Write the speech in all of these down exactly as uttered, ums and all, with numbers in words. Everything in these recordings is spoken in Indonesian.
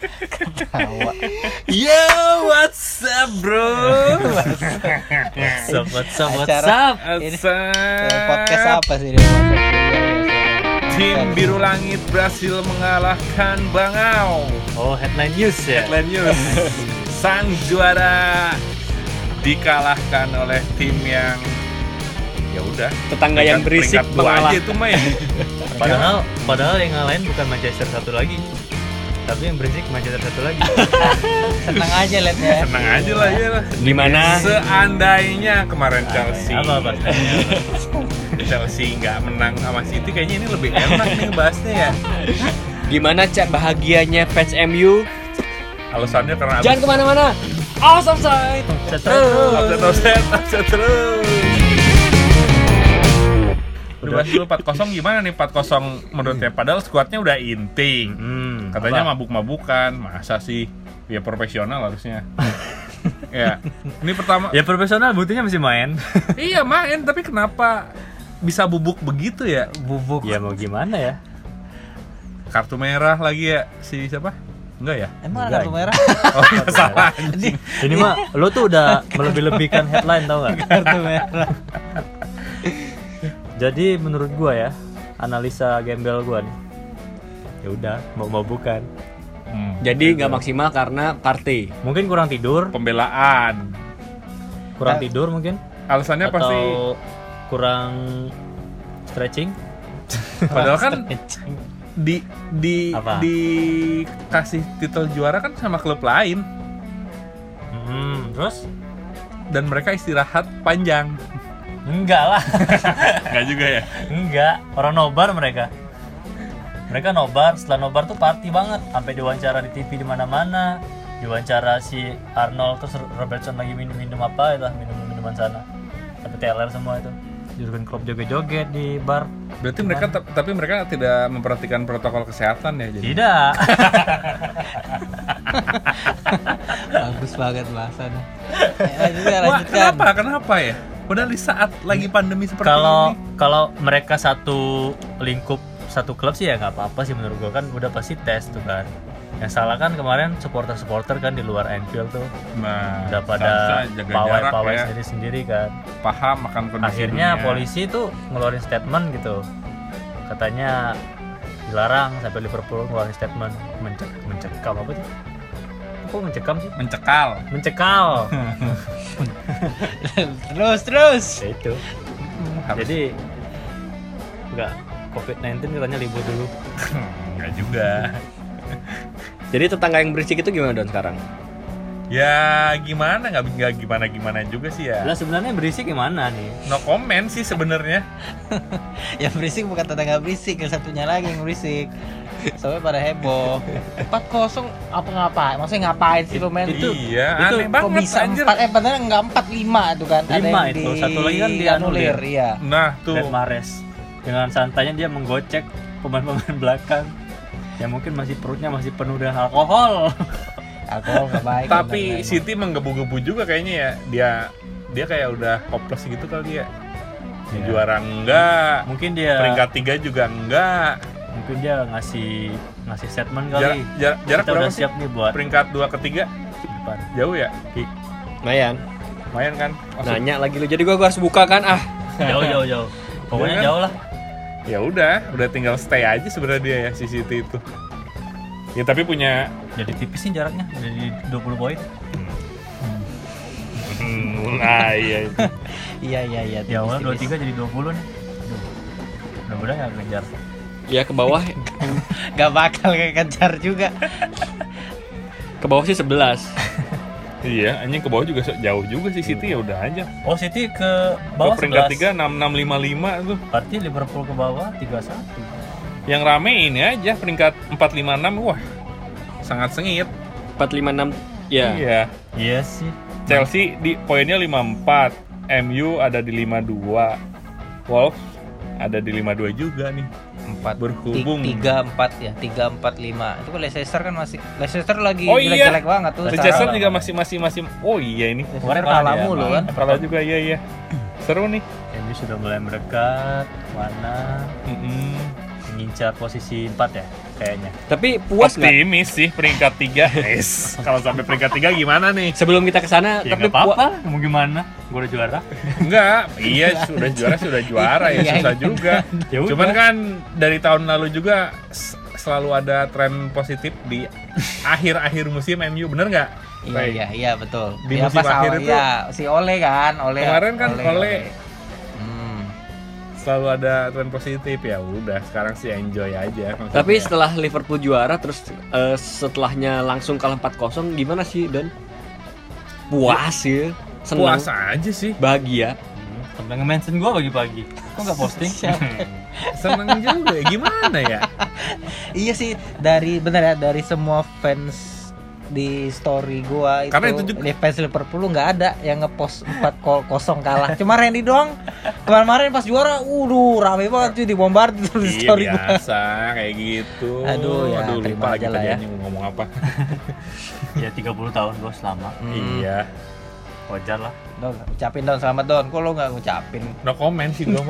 Ketawa. Yo, what's up, bro? What's up, what's up, what's Acara- up? Ini, What's up? podcast apa sih ini? Tim Biru Langit berhasil mengalahkan Bangau. Oh, headline news ya? Headline news. Sang juara dikalahkan oleh tim yang ya udah Tetangga yang berisik peringkat dua mengalah. aja itu mah ya. Padahal, padahal yang ngalahin bukan Manchester satu lagi, tapi yang berisik Manchester satu lagi. Senang aja liat ya. Senang aja lah ya. Gimana? Seandainya kemarin Chelsea Apa bahasanya? Chelsea nggak menang sama City, kayaknya ini lebih enak nih bahasnya ya. Gimana cak bahagianya fans M U? Alasannya karena Jangan kemana-mana. Awas offside. Terus. upset upset upset terus. Udah bahas dulu empat kosong gimana nih empat kosong menurutnya? Padahal skuadnya udah inting. Hmm, Katanya apa? mabuk-mabukan, masa sih? Ya profesional harusnya. Ya, ini pertama. Ya profesional, buktinya masih main. Iya main, tapi kenapa bisa bubuk begitu ya? Bubuk. Ya mau gimana ya? Kartu merah lagi ya si siapa? Enggak ya? Emang Enggak. ada kartu merah? Oh, salah. Ini Ini mah lo tuh udah melebih-lebihkan headline, tau gak? kartu merah. Jadi menurut gua ya, analisa gembel gua nih, ya udah mau mau bukan, Hmm. Jadi nggak maksimal karena party. mungkin kurang tidur, Pembelaan. kurang Ya. tidur mungkin, Alasannya atau pasti kurang stretching. padahal kan di di Apa? dikasih titel juara kan sama klub lain Hmm, terus? dan mereka istirahat panjang. Enggak lah, Enggak juga ya? enggak. Orang nobar mereka. Mereka nobar, setelah nobar tuh party banget, sampai diwawancara di T V di mana-mana. Diwawancara si Arnold, terus Robertson lagi minum-minum apa itu, minum-minuman sana. Sampai teler semua itu. Jurgen Klopp joget-joget di bar. Berarti mereka ta- tapi mereka tidak memperhatikan protokol kesehatan ya jadi. Tidak. Bagus banget bahasannya. Ya, juga Wah, lanjutkan. kenapa? Kenapa ya? Padahal di saat lagi pandemi seperti Kalau ini. kalau mereka satu lingkup satu klub sih ya nggak apa-apa sih menurut gua, kan udah pasti tes tuh kan. Yang salah kan kemarin supporter-supporter kan di luar Anfield tuh Nah, udah pada seharusnya jaga jarak pawai-pawai ya. sendiri-sendiri kan. Paham akan kondisi Akhirnya dunia. polisi tuh ngeluarin statement gitu, katanya dilarang sampai Liverpool ngeluarin statement mencek mencekam apa sih? Kok mencekam sih? mencekal. Mencekal. Terus terus. Ya itu. Harus- Jadi nggak covid sembilan belas katanya libur dulu. Enggak juga. Jadi tetangga yang berisik itu gimana Don sekarang? Ya gimana, nggak nggak gimana gimana juga sih ya. Lah sebenarnya berisik gimana nih? No comment sih sebenarnya. Yang berisik bukan tetangga berisik, yang satunya lagi yang berisik. Soalnya pada heboh. empat kosong apa ngapain? Maksudnya ngapain sih pemain Itu- iya, itu aneh kok banget bisa anjir. empat? Eh padahal enggak empat lima itu kan. Ada Lima yang itu, di- satu lagi kan dianulir. Iya. Nah tuh. Red Mahrez dengan santainya dia menggocek pemain-pemain belakang yang mungkin masih perutnya masih penuh dengan alkohol. Alkohol enggak baik. Tapi benar, City menggebu-gebu juga kayaknya ya. Dia dia kayak udah hopeless gitu kali ya. Ya, Ya. juara enggak. Mungkin dia Peringkat tiga juga enggak. mungkin dia ngasih ngasih statement Jarak kali. jarak, jarak Kita berapa udah sih? siap nih buat Peringkat dua ke tiga depan. jauh ya? Mayan. Lumayan kan? Maksud- Nanya lagi lu. Jadi gua, gua harus buka kan ah. Jauh jauh jauh. Pokoknya kan? jauh lah. Ya udah, udah tinggal stay aja sebenarnya dia ya si City itu. Ya tapi punya Jadi tipis sih jaraknya, jadi dua puluh poin. hmm, nah iya itu. Iya iya iya. Ya awal tipis-tipis. dua puluh tiga jadi dua puluh nih. Aduh. Mudah-mudahan nggak kejar. Ya ke bawah. Gak bakal kayak kejar juga. Ke bawah sih sebelas. Iya, anjing ke bawah juga so- jauh juga sih City, ya udah aja. Oh City ke Ke bawah peringkat sebelas. tiga enam enam lima lima tuh. Berarti Liverpool ke bawah tiga satu. Yang rame ini aja peringkat empat lima enam, wah. Sangat sengit. empat lima enam. Ya. Iya. Iya sih. Chelsea di poinnya lima empat, M U ada di lima dua. Wolves ada di lima dua juga nih. Empat Berhubung. tiga empat ya tiga empat lima itu kan Leicester kan masih Leicester lagi Oh jelek iya. jelek banget tuh. Leicester sekarang. juga masih masih masih. Oh iya ini. Kemarin Kalah kalah dia, mulu Bang. kan. Kalah juga, iya iya. Seru nih. M U sudah mulai mendekat mana Mm-mm. mengincar posisi empat ya. kayaknya. Tapi puas nggak? Optimis sih peringkat tiga. Yes. Kalau sampai peringkat tiga gimana nih? Sebelum kita ke sana, Ya tapi nggak apa-apa, puas. mau gimana? Gue udah juara. Enggak, iya sudah juara sudah juara ya Iya, susah iya. juga. Ya udah. Cuman kan dari tahun lalu juga s- selalu ada tren positif di akhir-akhir musim M U, bener nggak? Iya Ray? iya iya betul. Di Ya, musim pas akhir awal- itu- ya, si Ole kan, Ole. Kemarin kan Ole. Hmm. Selalu ada tren positif ya udah. Sekarang sih enjoy aja. maksudnya. Tapi setelah Liverpool juara terus eh, setelahnya langsung kalah empat kosong, gimana sih Don? Puas ya, senang, puas aja sih. bahagia. Sampai nge-mention gue pagi-pagi. Kok nggak posting? Seneng juga ya, gimana ya? Iya sih, dari bener ya, dari semua fans di story gua itu, Karena itu juga- di fans Liverpool nggak ada yang ngepost empat kosong kalah. Cuma Randy doang. Kemarin-kemarin pas juara, waduh rame banget cuy, dibombardir di Iya story gua. biasa kayak gitu. Aduh, ya, Aduh terima lupa lagi aja lah tadi ya. anjing mau ngomong apa. Ya tiga puluh tahun bos lama. Hmm. Iya. Wajar lah. Don, ucapin Don, selamat Don. Kok lo nggak ngucapin? No comment sih gue.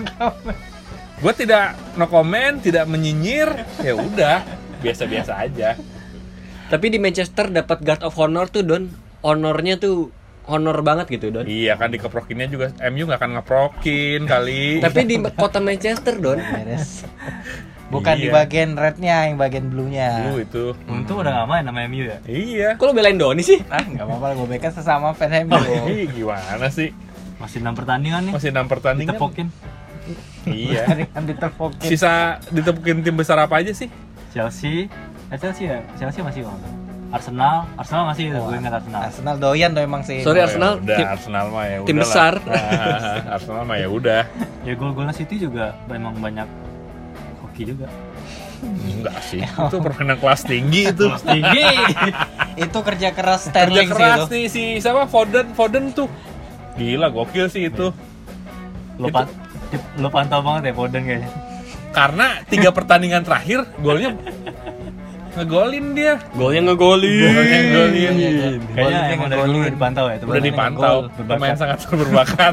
Gue tidak no comment, tidak menyinyir. Ya udah, biasa-biasa aja. Tapi di Manchester dapat Guard of Honor tuh Don, honornya tuh honor banget gitu Don. Iya kan dikeprokinnya juga M U nggak akan ngeprokin kali. Tapi di kota Manchester Don, Beres. Bukan di Iya. bagian rednya, yang bagian bluenya. Lu itu. Untung udah nggak main sama M U ya. Iya. kok lo belain Doni sih? Ah, nggak apa-apa, gue beka sesama fans M U. Ih, gimana sih? Masih enam pertandingan nih. Masih enam pertandingan. Ditepokin. Iya. Kan diterfokin. Sisa ditepukin tim besar apa aja sih? Chelsea. Eh Chelsea ya? Chelsea masih kok. Arsenal, Arsenal masih itu, Oh, gue ingat Arsenal. Arsenal doyan tuh emang sih. Sorry, Oh, ya Arsenal, udah, tim- Arsenal mah ya tim udahlah. besar. Nah, Arsenal mah ya udah. Ya gol-golnya City juga memang banyak hoki juga. Enggak sih. Itu permainan kelas tinggi itu. Tinggi. Itu kerja keras Kerja Sterling sih keras itu. nih si siapa Foden Foden tuh. Gila gokil sih itu. Lo, pan lo pantau banget ya Foden kayaknya. Karena tiga pertandingan terakhir golnya ngegolin dia. Golnya ngegolin. Golnya ngegolin. Kayaknya Golnya emang dari dulu ngegolin. udah dipantau ya. Udah Foden dipantau, ngegol, berbakat. pemain sangat berbakat.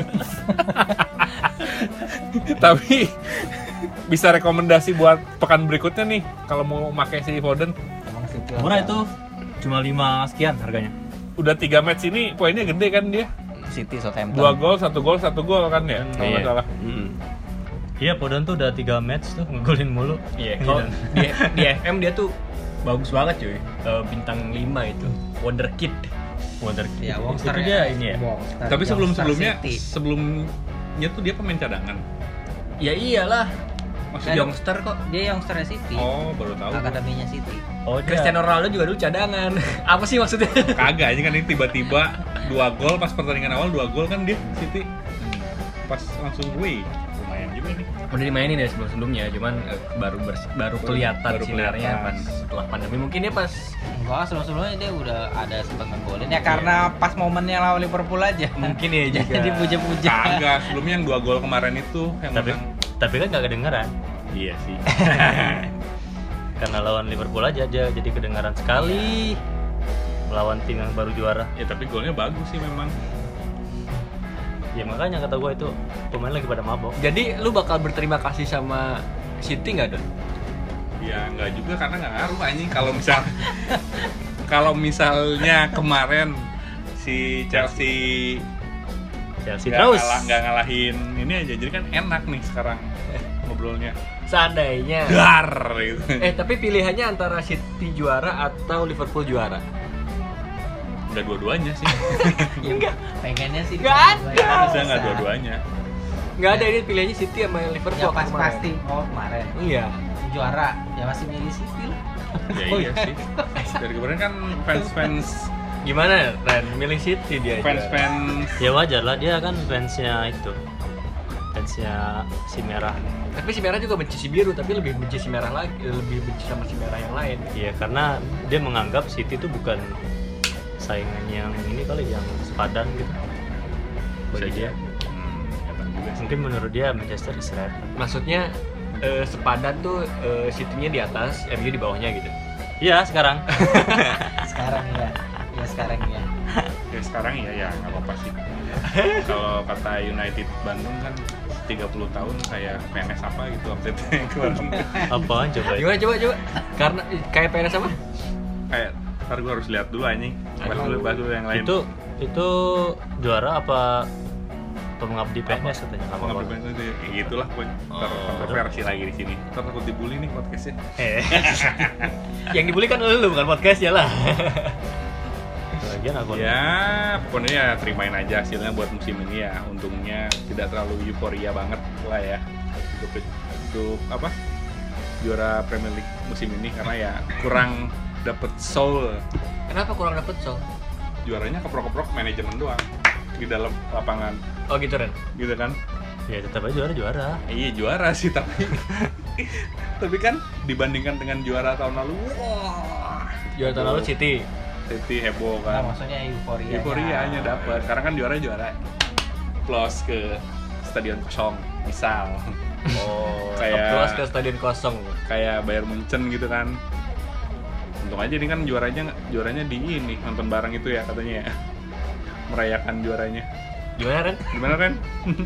Tapi bisa rekomendasi buat pekan berikutnya nih kalau mau pakai si Foden. Emang sih itu. Murah itu cuma lima sekian harganya. Udah tiga match ini poinnya gede kan dia. City Southampton. Dua gol, satu gol, satu gol kan ya. Kalau nggak Iya. salah. Mm. Iya, Foden tuh udah tiga match tuh ngegolin mulu. Iya, kalau di, di F M dia tuh bagus banget cuy. Eh, bintang lima itu. Wonderkid. Wonderkid. Ya, Itu Wongster dia ini ya. Wongster. Tapi sebelum Youngster sebelumnya City. sebelumnya tuh dia pemain cadangan. Ya iyalah. Maksudnya Youngster kok. Dia Youngster City. Oh, baru tahu. Akademinya City. Oh, dia- Cristiano Ronaldo juga dulu cadangan. Apa sih maksudnya? Kagak aja kan ini tiba-tiba dua gol pas pertandingan awal dua gol kan dia City. Pas langsung gue lumayan juga nih. Udah dimainin ya sebelum-sebelumnya, cuman eh, baru bers- baru kelihatan baru sinarnya kelihatan. pas setelah pandemi. Mungkin dia pas Enggak, sebelum-sebelumnya dia udah ada sempat ngegolin ya karena pas momennya lawan Liverpool aja. mungkin ya juga. Jadi puja-puja. Kagak, sebelumnya yang dua gol kemarin itu yang tapi menang. tapi kan gak kedengeran. Iya sih. Karena lawan Liverpool aja dia jadi kedengaran sekali. Melawan tim yang baru juara. Ya tapi golnya bagus sih memang. Ya makanya kata gue itu pemain lagi pada mabok. Jadi lu bakal berterima kasih sama City nggak, Don? Ya nggak juga karena nggak ngaruh anjing kalau misal kalau misalnya kemarin si Chelsea Chelsea nggak terus. ngalah nggak ngalahin ini aja jadi kan enak nih sekarang ngobrolnya Seandainya. gar gitu. Eh, tapi pilihannya antara City juara atau Liverpool juara. Udah dua-duanya sih. Enggak. Pengennya sih. Nggak ada. Bisa nggak dua-duanya. Nggak ada, ini pilihannya City sama Liverpool. Ya pas kemarin. pasti mau kemarin. Iya. Juara ya masih milih City lah. Ya Oh, iya sih. Dari kemarin kan fans-fans Gimana, Ren? Milih City dia. juara. fans-fans Ya wajar lah, dia kan fansnya itu. Fansnya si merah. Tapi si merah juga benci si biru, tapi lebih benci si merah lagi, lebih benci sama si merah yang lain. Iya, karena dia menganggap City itu bukan saingan yang ini kali yang sepadan gitu. Bagi dia. Hmm, hebat juga sih. Mungkin menurut dia Manchester is red. Maksudnya eh, sepadan tuh eh, City-nya di atas, M U di bawahnya gitu. Iya, sekarang. Sekarang ya. Ya sekarang ya. Ya sekarang ya ya nggak apa-apa sih. Kalau kata United Bandung kan tiga puluh tahun kayak P N S apa gitu update-nya kemarin. Apaan coba? Gimana coba coba? Karena kayak P N S apa? Kayak ntar gue harus lihat dulu anjing. Bahas dulu, bahas dulu yang lain. Itu itu juara apa pengabdi P N S katanya? apa nggak berbeda itu ya gitulah pokoknya. Ntar Oh. kontroversi lagi di sini. Ntar takut dibully nih podcastnya. Eh, Yang dibully kan lu bukan podcastnya lah. lagian aku Ya, pokoknya ya terimain aja hasilnya buat musim ini ya. Untungnya tidak terlalu euforia banget lah ya untuk untuk apa juara Premier League musim ini karena ya kurang dapet soul. Kenapa kurang dapet soal? Juaranya keprok-keprok manajemen doang di dalam lapangan Oh gitu Ren. gitu kan. ya tetap aja juara juara. Iya juara sih tapi tapi kan dibandingkan dengan juara tahun lalu, wah, Juara tahun lalu City. City heboh Nah, kan. maksudnya euforia. Euforianya dapat. Karena kan juara juara plus ke stadion kosong misal. Oh, Kayak- kelas ke stadion kosong. Kayak Bayern Munchen gitu kan. Untung aja ini kan juaranya juaranya di ini nonton bareng itu ya katanya ya. Merayakan juaranya. Gimana Ren? Gimana Ren?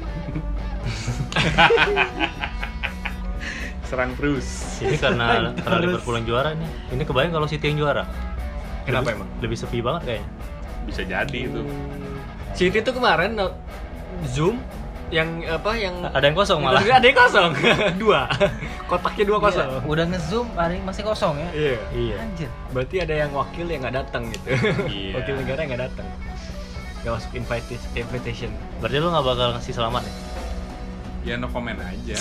Serang terus. Ini karena karena Liverpool yang juara nih. Ini kebayang kalau City yang juara. Kenapa Lebih- emang? Lebih sepi banget kayaknya. Bisa jadi itu. City tuh kemarin no, Zoom yang apa yang Ada yang kosong malah. Ada yang kosong. Dua. Kotaknya dua kosong. Iya, udah nge-zoom hari masih kosong ya. Iya. Iya. Anjir. Berarti ada yang wakil yang nggak datang gitu. Iya. Wakil negara yang nggak datang. Nggak masuk invite- invitation. Berarti lu nggak bakal ngasih selamat ya? Ya no comment aja.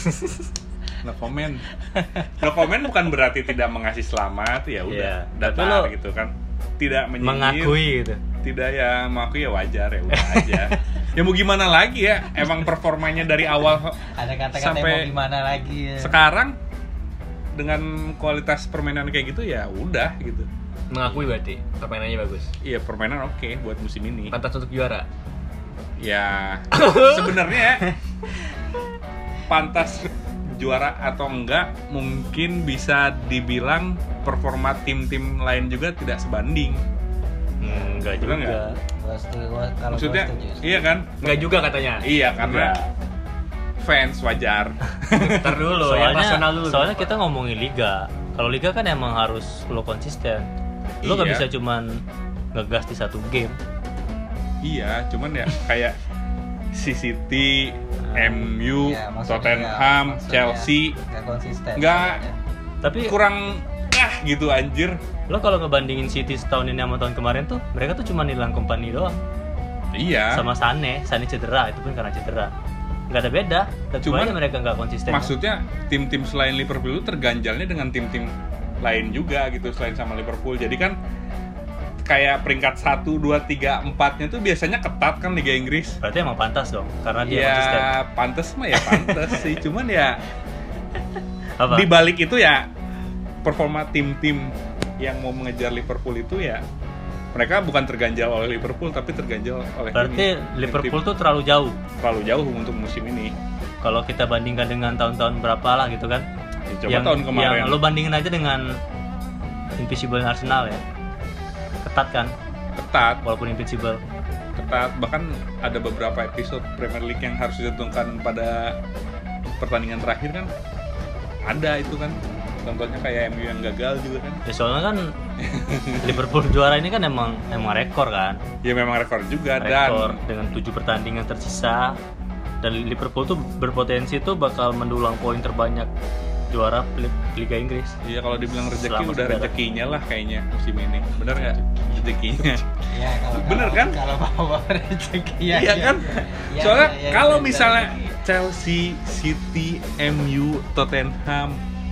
No comment. No comment bukan berarti tidak mengasih selamat, ya udah Iya. datar Tapi lo gitu kan. Tidak menyindir. Mengakui gitu. Tidak ya mengakui ya wajar ya udah aja. Ya mau gimana lagi ya? Emang performanya dari awal Ada kata-kata Sampai mau gimana lagi ya. sekarang dengan kualitas permainan kayak gitu ya udah gitu. Mengakui berarti permainannya bagus. Iya permainan oke buat musim ini. Pantas untuk juara. Ya sebenarnya pantas juara atau enggak mungkin bisa dibilang performa tim-tim lain juga tidak sebanding. Enggak Bener juga. nggak? Gua setuju, gua- kalau gua Maksudnya setuju. iya kan? Nggak juga katanya. Iya karena fans wajar. Ntar dulu, yang Soalnya, rasional dulu. soalnya kita ngomongin liga. Kalau liga kan emang harus lo konsisten. Lo nggak Iya. bisa cuman ngegas di satu game. Iya, cuman ya kayak si City, M U, Iya, maksudnya- Tottenham, maksudnya Chelsea nggak konsisten. Nggak. soalnya. Tapi kurang ah gitu anjir. lo kalau ngebandingin City setahun ini sama tahun kemarin tuh, mereka tuh cuma hilang company doang. Iya. Sama Sane, Sane cedera, itu pun karena cedera. Nggak ada beda. Tapi Cuman, aja mereka nggak konsisten. Maksudnya tim-tim selain Liverpool itu terganjalnya dengan tim-tim lain juga gitu selain sama Liverpool. Jadi kan kayak peringkat satu, dua, tiga, empatnya tuh biasanya ketat kan Liga Inggris. Berarti emang pantas dong, karena dia Ya konsisten. pantes mah ya pantes sih. Cuman ya Apa? di balik itu ya performa tim-tim yang mau mengejar Liverpool itu ya mereka bukan terganjal oleh Liverpool tapi terganjal oleh Berarti tim- Liverpool tim-tim tuh terlalu jauh. terlalu jauh untuk musim ini. Kalau kita bandingkan dengan tahun-tahun berapa lah gitu kan. Ya, coba yang, tahun kemarin Yang lo bandingin aja dengan Invincible Arsenal ya. Ketat kan, ketat, walaupun Invincible. ketat bahkan ada beberapa episode Premier League yang harus ditentukan pada pertandingan terakhir kan ada itu kan. Contohnya kayak M U yang gagal juga kan. Ya soalnya kan Liverpool juara ini kan emang emang rekor kan. Ya memang rekor juga Rekor dan dengan tujuh pertandingan tersisa. Dan Liverpool tuh berpotensi tuh bakal mendulang poin terbanyak juara Li- Liga Inggris. iya kalau dibilang rezeki Selama udah sejarah. rezekinya lah kayaknya musim ini. Bener nggak? Rezekinya. Ya, kalau, Bener kalau- kan? Kalau bawa rezeki ya. Iya kan? Ya, Soalnya ya, ya, kalau ya, misalnya rezeki. Chelsea, City, M U, Tottenham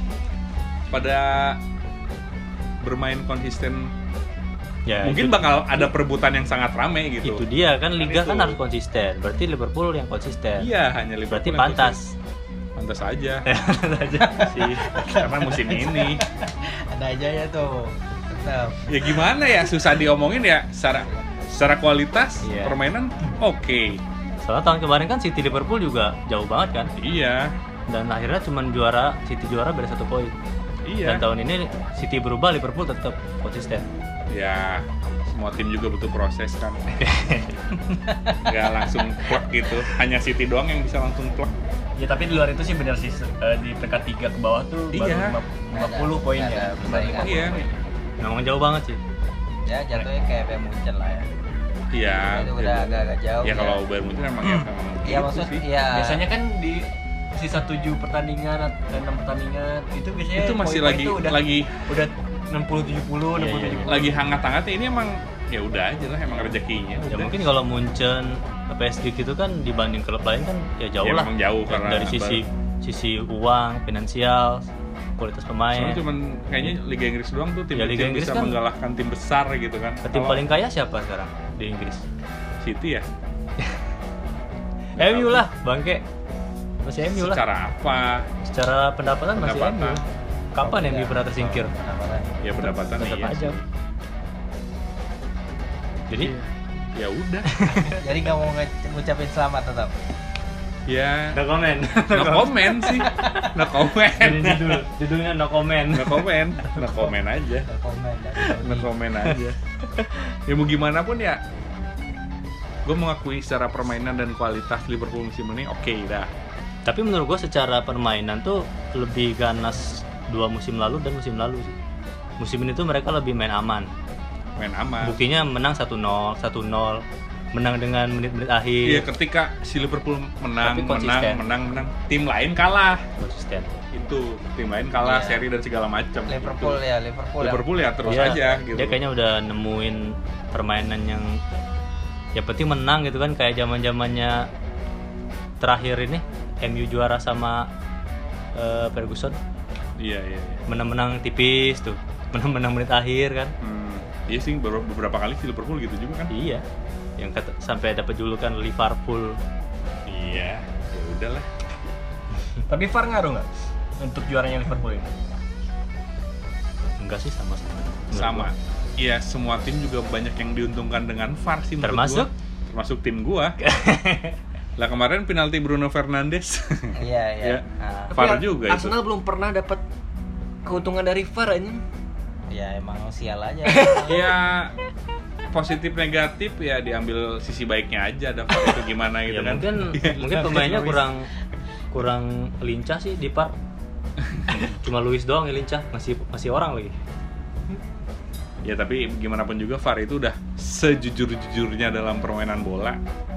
pada bermain konsisten, Ya, mungkin itu, bakal ada perebutan yang sangat ramai gitu. itu dia kan liga Kan kan, itu. harus konsisten. Berarti Liverpool yang konsisten. Iya, hanya Liverpool. Berarti yang pantas. konsisten. Pantas aja aja sih. karena musim ini. Ada aja ya tuh. Tetap. Ya gimana ya, susah diomongin ya. Secara secara kualitas Iya. permainan oke. Soalnya tahun kemarin kan City Liverpool juga jauh banget kan. Iya. Dan akhirnya cuma juara City juara beda satu poin. Iya. Dan tahun ini City berubah, Liverpool tetap konsisten. Ya, semua tim juga butuh proses kan. Nggak langsung plek gitu. Hanya City doang yang bisa langsung plek. Ya tapi di luar itu sih benar sih eh, di peringkat tiga ke bawah tuh Iya. baru lima puluh poin Nggak ada ya. persaingan. Iya. Memang jauh banget sih. Ya jatuhnya kayak Bayern Munchen lah ya. Iya. Itu udah agak-agak jauh. Ya kalau Bayern Munchen emang ya memang Iya gitu maksud sih. iya. Biasanya kan di sisa tujuh pertandingan atau enam pertandingan itu biasanya Itu masih poin-poin lagi itu udah lagi udah enam puluh tujuh puluh, enam puluh tujuh puluh. lagi hangat-hangatnya. Ini emang ya udah aja lah emang rezekinya. Ya udah. mungkin kalau Munchen, P S G gitu kan dibanding klub lain kan ya jauh Ya, lah. memang jauh Dari- karena dari sisi sisi uang, finansial, kualitas pemain. Soalnya cuman kayaknya Liga Inggris doang tuh tim Ya, Liga kecil Inggris bisa kan- mengalahkan tim besar gitu kan. Tim Kalau paling kaya siapa sekarang di Inggris? City ya. M U lah, bangke. Masih M U lah. Secara apa? Secara pendapatan masih M U. Pendapatan. Kapan M U pernah tersingkir? Ya pendapatan Tetap iya. aja. Jadi Ya udah. Jadi nggak mau nge- ngucapin selamat tetap. Ya. no comment. No comment sih. No comment. Jadi judul, judulnya no comment. No comment. No comment aja. Komen dan No comment aja. Ya mau gimana pun ya. Gue mengakui secara permainan dan kualitas Liverpool musim ini oke dah. Tapi menurut gua secara permainan tuh lebih ganas dua musim lalu dan musim lalu sih. Musim ini tuh mereka lebih main aman. Main aman. Buktinya menang satu nol, satu nol. Menang dengan menit-menit akhir. Iya, ketika si Liverpool menang, Tapi menang, konsisten. menang, menang, tim lain kalah. Konsisten. Itu tim lain kalah, Iya. seri dan segala macam. Liverpool Gitu. ya Liverpool. ya. Liverpool ya terus Dia- aja gitu. Dia kayaknya udah nemuin permainan yang ya penting menang gitu kan, kayak zaman-zamannya terakhir ini M U juara sama eh, Ferguson, Iya, iya, iya. menang-menang tipis tuh, menang-menang menit akhir kan. Hmm, iya sih beberapa, beberapa kali si Liverpool gitu juga kan. Iya, yang kata, sampai dapat julukan Liverpool. Iya, ya udahlah. Tapi V A R ngaruh nggak untuk juaranya Liverpool ini? Enggak sih, sama sama. Menurut Sama. gua. Iya, semua tim juga banyak yang diuntungkan dengan V A R sih menurut Termasuk? gua. Termasuk tim gua. Lah kemarin penalti Bruno Fernandes. Iya iya. Ya. Nah, V A R Tapi juga itu. Arsenal belum pernah dapat keuntungan dari V A R aja. ya emang sial aja. Ya positif negatif ya diambil sisi baiknya aja, ada V A R itu gimana gitu Ya kan. mungkin mungkin pemainnya kurang kurang lincah sih di P A R. Cuma Luis doang yang lincah, masih masih orang lagi. Ya tapi gimana pun juga V A R itu udah sejujur-jujurnya dalam permainan bola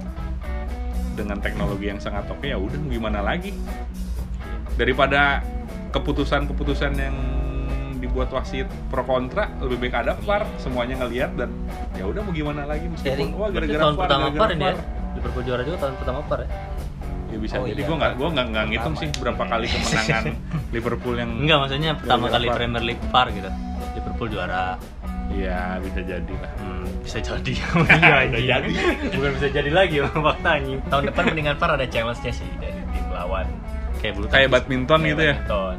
dengan teknologi yang sangat oke, ya udah mau gimana lagi. Daripada keputusan-keputusan yang dibuat wasit pro kontra, lebih baik ada V A R, semuanya ngelihat dan ya udah mau gimana lagi Jadi, meskipun wah Berarti gara-gara tahun V A R, pertama P A gara-gara R ini V A ya. R. Liverpool juara juga tahun pertama P A R ya. Ya bisa Oh, jadi iya, gue nggak gue nggak nggak ngitung pertama. sih berapa kali kemenangan Liverpool yang Enggak, maksudnya pertama Gara-gara kali V A R. Premier League P A R gitu. Liverpool juara. ya bisa jadi lah. Hmm, bisa jadi. Iya, bisa jadi. Bukan bisa jadi lagi fakta anjing. Tahun depan mendingan V A R ada challenge-nya sih dari tim lawan. Kayak bulu Kayak tangkis. badminton gitu ya. Badminton.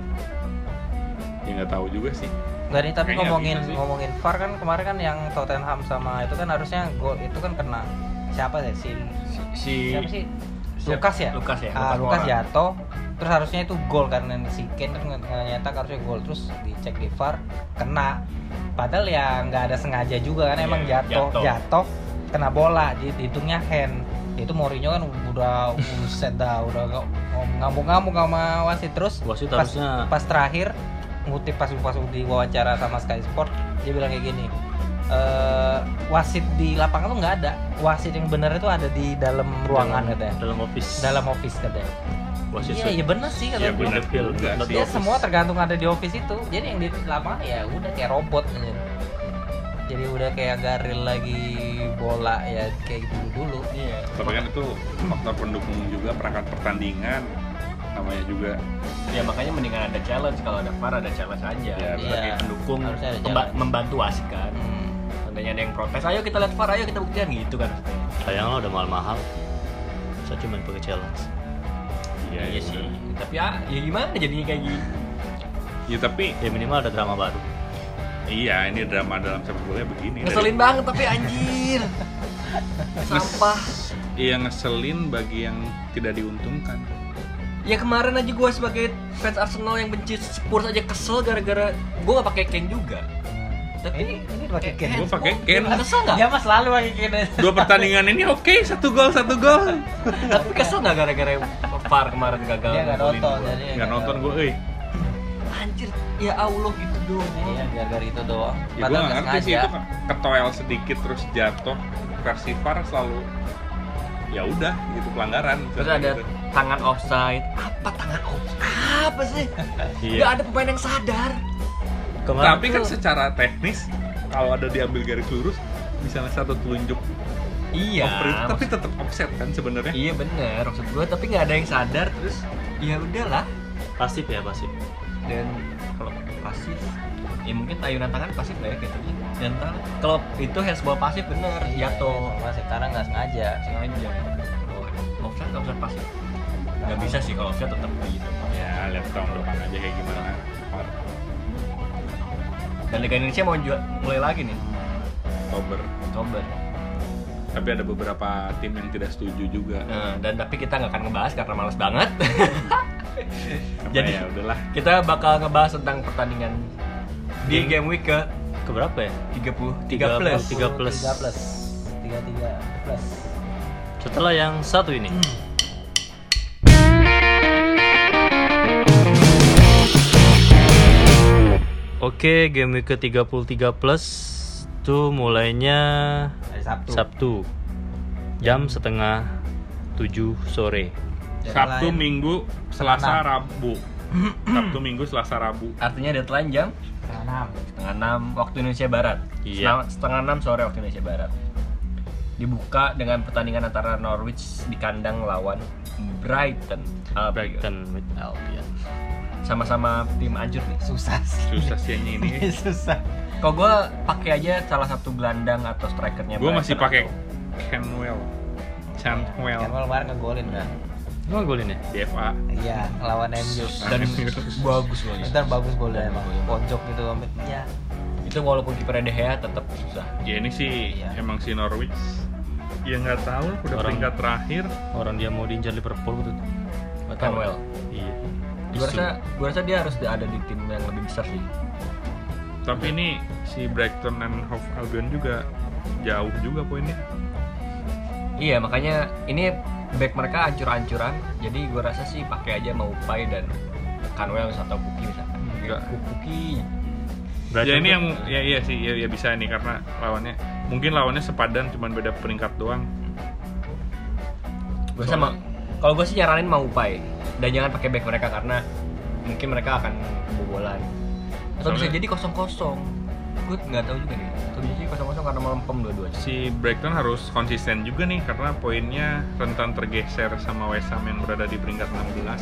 Ya nggak tahu juga sih. Enggak nih, tapi Kayaknya ngomongin bisa sih. ngomongin V A R kan kemarin kan yang Tottenham sama itu kan harusnya gol itu kan kena siapa sih si Si siapa sih? siapa? Lukas ya? Lukas ya. Ah, Lukas Moura. jatuh. Terus harusnya itu gol karena si Kane kan nggak nggak nyetak, harusnya gol, terus dicek di V A R kena. Padahal ya nggak ada sengaja juga kan, emang Iya, jatuh, jatuh. jatuh kena bola, di- dihitungnya hand. Itu Mourinho kan udah buset dah, udah nggak- ngamuk-ngamuk sama wasit. Terus Wasit pas, harusnya- pas terakhir ngutip pas pas di wawancara sama Sky Sport, dia bilang kayak gini, "Eh, wasit di lapangan tuh nggak ada, wasit yang benar itu ada di dalam ruangan katanya, dalam office. dalam office katanya." Wasit. Iya, iya bener sih kata Ya gue. benar Feel, juga not sih. Ya semua tergantung ada di office itu. Jadi yang di lapangan ya udah kayak robot aja. Jadi udah kayak agak real lagi bola ya kayak gitu dulu. Iya. Tapi kan itu faktor pendukung juga perangkat pertandingan, namanya juga. Ya makanya mendingan ada challenge, kalau ada V A R ada challenge aja. Ya, Sebagai iya. pendukung Harusnya ada memba- challenge. membantu wasit kan. Hmm. Seandainya ada yang protes, ayo kita lihat V A R, ayo kita buktikan gitu kan. Sayang lah udah mahal-mahal. Saya cuma pakai challenge. Iya sih. Tapi ya, ya gimana jadinya kayak gini? Ya tapi Ya minimal ada drama baru. iya ini drama dalam sepak bola begini. Dari- Ngeselin banget tapi anjir. Sampah. Iya ngeselin bagi yang tidak diuntungkan. Ya kemarin aja gue sebagai fans Arsenal yang benci Spurs aja kesel gara-gara gue gak pakai Kane juga. Tapi Ini ini pakai Kane. Gue pakai Kane. kesel nggak? Dia mah selalu pakai Kane. Dua pertandingan ini oke, satu gol satu gol. Tapi kesel nggak gara-gara V A R kemarin gagal? Dia nggak ngegolin nonton gua? jadi. Nggak nonton gue, euy. Anjir, ya Allah gitu doang. Iya, gara-gara itu doang. Ya gue Padahal nggak nggak ngerti sih sengaja. itu ketoel sedikit terus jatuh. Versi V A R selalu ya udah gitu pelanggaran. Terus ada tangan offside. Apa tangan offside? Apa sih? Iya. Nggak ada pemain yang sadar. Kemarin Tapi kan tuh- secara teknis kalau ada diambil garis lurus misalnya satu telunjuk Iya. offside, tapi tetap offset kan sebenarnya. Iya bener, maksud gue, tapi nggak ada yang sadar terus ya udahlah. pasif ya pasif. Dan kalau pasif, ya mungkin ayunan tangan pasif lah ya kayak tadi. Dan tangan, kalau itu handsball pasif bener, jatuh Sama sekarang nggak sengaja. sengaja. Kalau offside nggak offside pasif, nggak bisa sih kalau offside tetap gitu. Ya lihat tahun depan aja kayak gimana. Dan Liga Indonesia mau jual mulai lagi nih, Oktober. Oktober. Tapi ada beberapa tim yang tidak setuju juga. Nah, dan tapi kita nggak akan ngebahas karena males banget. Apa Jadi ya udahlah. kita bakal ngebahas tentang pertandingan di Game- game week ke Keberapa ya? tiga puluh tiga plus. tiga plus. tiga plus. tiga tiga plus. Setelah yang satu ini. Oke, game week ke tiga puluh tiga plus tuh mulainya Hari Sabtu. Sabtu jam setengah tujuh sore. Sabtu, Deadline Minggu, Selasa, enam. Rabu. Sabtu, Minggu, Selasa, Rabu. Artinya deadline jam setengah enam. setengah enam waktu Indonesia Barat. Iya. Setengah- Setengah enam sore waktu Indonesia Barat. Dibuka dengan pertandingan antara Norwich di kandang lawan Brighton. Albion. Brighton with Albion. Sama-sama tim anjur nih. Susah sih. Susah sih ini. Susah. Kalau gue pakai aja salah satu gelandang atau strikernya. Gue masih Brighton pakai atau- Canwell. Canwell Kan kemarin ngegolin kan. Gua golin ya? D F A. Iya, lawan M U. dan bagus loh. Ntar bagus golnya emang. Pojok gitu. Ya. Itu walaupun kipernya De Gea tetap susah. Ya ini sih Iya. emang si Norwich. Ya nggak tahu lah, udah Orang- peringkat terakhir. Orang dia mau diincar Liverpool gitu. Nggak tahu. Canwell. Iya. Gue rasa, gue rasa dia harus ada di tim yang lebih besar sih. Tapi ini si Brighton and Hove Albion juga jauh juga poinnya. Iya, makanya ini back mereka hancur-hancuran. Jadi gue rasa sih pakai aja Maupai dan Canwell atau Buki misalkan. Enggak. Buki. Brighton Ya ini tuh- yang ya iya sih ya, ya bisa nih karena lawannya mungkin lawannya sepadan cuman beda peringkat doang. Gue sama kalau gue sih nyaranin Maupai dan jangan pakai back mereka karena mungkin mereka akan kebobolan. Atau bisa Soalnya- jadi kosong-kosong. Gue nggak tahu juga nih. Atau bisa jadi kosong-kosong karena melempem dua-duanya. Si Brighton harus konsisten juga nih karena poinnya rentan tergeser sama West Ham yang berada di peringkat enam belas.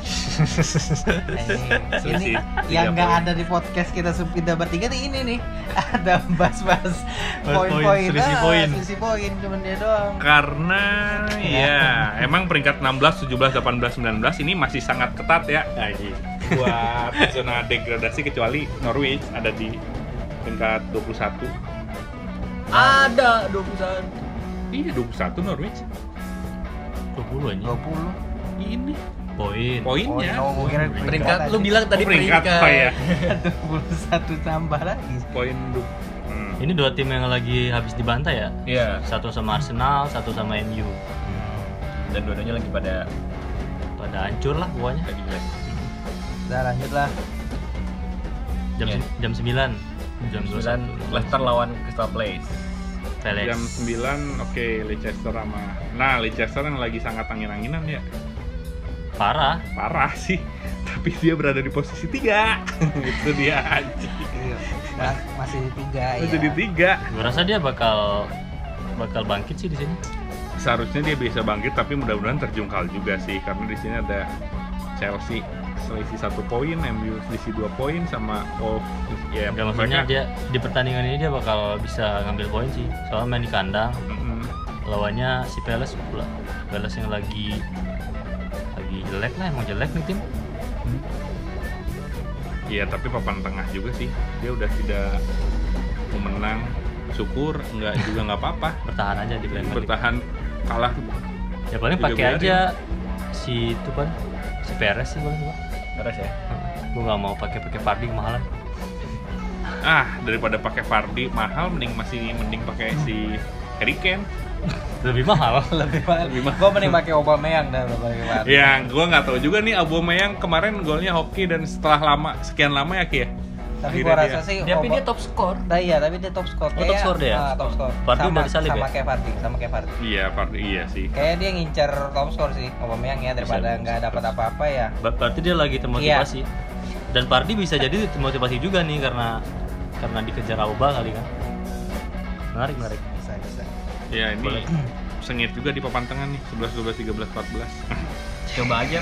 Eh, ini Selisih yang tiga nggak poin. ada di podcast kita kita bertiga nih ini nih. Ada bahas-bahas Poin, poin-poin. selisih ah, poin. Selisih poin cuman dia doang. Karena ya emang peringkat enam belas, tujuh belas, delapan belas, sembilan belas ini masih sangat ketat ya. Nah, iya. Buat zona degradasi kecuali Norwich ada di peringkat dua puluh satu. Ada dua puluh satu. Iya dua puluh satu Norwich. dua puluh aja. dua puluh. Ini Poin. poinnya. Oh, gua kira Peringkat lu aja. bilang tadi Oh, peringkat, peringkat. oh ya. dua puluh satu tambah lagi. Poin du- hmm. Ini dua tim yang lagi habis dibantai ya. Iya. Satu sama Arsenal, satu sama M U. Dan dua-duanya lagi pada Pada hancur lah pokoknya. lagi jelek. Udah lanjut lah. Jam Iya. jam sembilan. Jam Sembilan Leicester lawan Crystal Palace. Palace. Jam sembilan oke Leicester sama. Nah, Leicester yang lagi sangat angin-anginan ya. Parah. Parah sih. Tapi dia berada di posisi tiga. Itu dia anjing. Iya. Nah, masih tiga Oh, ya. jadi tiga. Gue rasa dia bakal bakal bangkit sih di sini. Seharusnya dia bisa bangkit tapi mudah-mudahan terjungkal juga sih karena di sini ada Chelsea selisih satu poin, M U selisih dua poin sama Wolves ya Gak maksudnya mereka- dia di pertandingan ini dia bakal bisa ngambil poin sih. Soalnya main di kandang, Mm-mm. lawannya si Palace pula. Palace yang lagi lagi jelek lah, emang jelek nih tim. Iya tapi papan tengah juga sih dia udah tidak memenang syukur enggak juga nggak apa-apa Bertahan aja di Premier League. bertahan kalah Ya paling Juga pakai biarin. aja si itu kan Si Perez sih boleh gua. Beres ya. Gua nggak mau pakai-pakai Vardy kemahalan. Ah, daripada pakai Vardy mahal, mending masih mending pakai si Harry Kane. Lebih mahal. Lebih mahal. Gue mending pakai Aubameyang dan pakai Vardy. Ya, gua nggak tahu juga nih Aubameyang kemarin golnya hoki dan setelah lama sekian lama ya Ki ya. Tapi Akhirnya gua dia- rasa sih Tapi Aubame- dia top skor. Nah, iya, tapi dia top score. Oh, top score dia? Ah, top score. Vardy sama, udah disalib sama ya? kayak Vardy, sama kayak Vardy. Iya, Vardy iya sih. Kayak dia ngincer top score sih Aubameyang ya daripada Bisa, nggak bisa. dapat apa-apa ya. Ber- Berarti dia lagi termotivasi. Dan Vardy bisa jadi termotivasi juga nih karena karena dikejar Auba kali kan. Menarik, menarik. Bisa, bisa. Ya, ini Boleh. sengit juga di papan tengah nih, sebelas, dua belas, tiga belas, empat belas. Coba aja.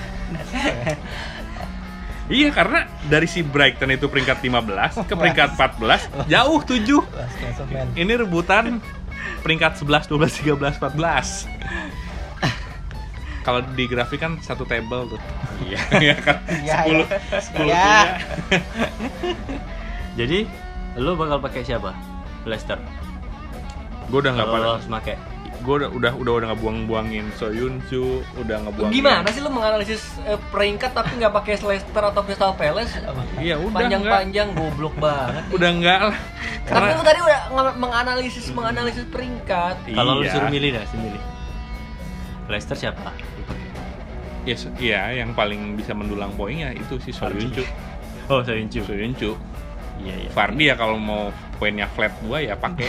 Iya, karena dari si Brighton itu peringkat lima belas ke peringkat empat belas, jauh tujuh. Last klasemen. Ini rebutan peringkat sebelas, dua belas, tiga belas, empat belas. Kalau di grafik kan satu table tuh. Iya, iya kan. Iya, sepuluh, iya. sepuluh Iya. punya. Jadi lu bakal pakai siapa? Leicester. Gue udah nggak Kalau pada. harus pakai. Gue udah udah udah udah ngebuang-buangin Soyuncu, udah ngebuangin. Gimana sih lu menganalisis eh, peringkat tapi nggak pakai Leicester atau Crystal Palace? Iya, udah enggak. Panjang-panjang goblok banget. Udah enggak lah. Tapi lu tadi udah nge- menganalisis menganalisis peringkat. Kalau lu Iya. disuruh milih dah, sih milih. Leicester siapa? Lu pakai. Ya, se- iya, yang paling bisa mendulang poinnya itu si Soyuncu. Oh, Soyuncu. Soyuncu. Iya, iya. Vardy ya kalau mau poinnya flat dua ya pakai.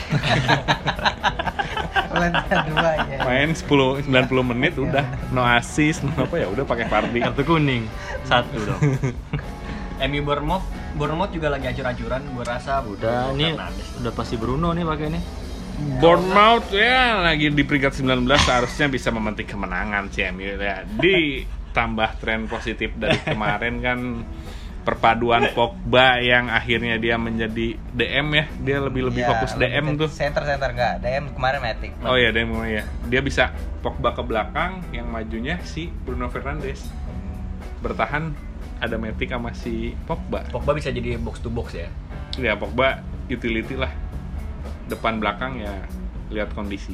Lantai dua ya. Main sepuluh sembilan puluh menit udah no assist, no apa ya udah pakai Vardy. Kartu kuning. Satu dong. M U Bournemouth, Bournemouth juga lagi acur-acuran. Gua rasa Udah Bruno nih Fernandes. udah pasti Bruno nih pakai nih. Bournemouth ya lagi di peringkat sembilan belas seharusnya bisa memetik kemenangan si M U ya. Ditambah tren positif dari kemarin kan perpaduan Pogba yang akhirnya dia menjadi D M ya. Dia lebih-lebih Ya, fokus D M lebih ke tuh. Center-center enggak. D M kemarin Matic. Oh iya, D M ya. Dia bisa Pogba ke belakang, yang majunya si Bruno Fernandes. Bertahan ada Matic sama si Pogba. Pogba bisa jadi box to box ya. Ya Pogba utility lah. Depan belakang ya lihat kondisi.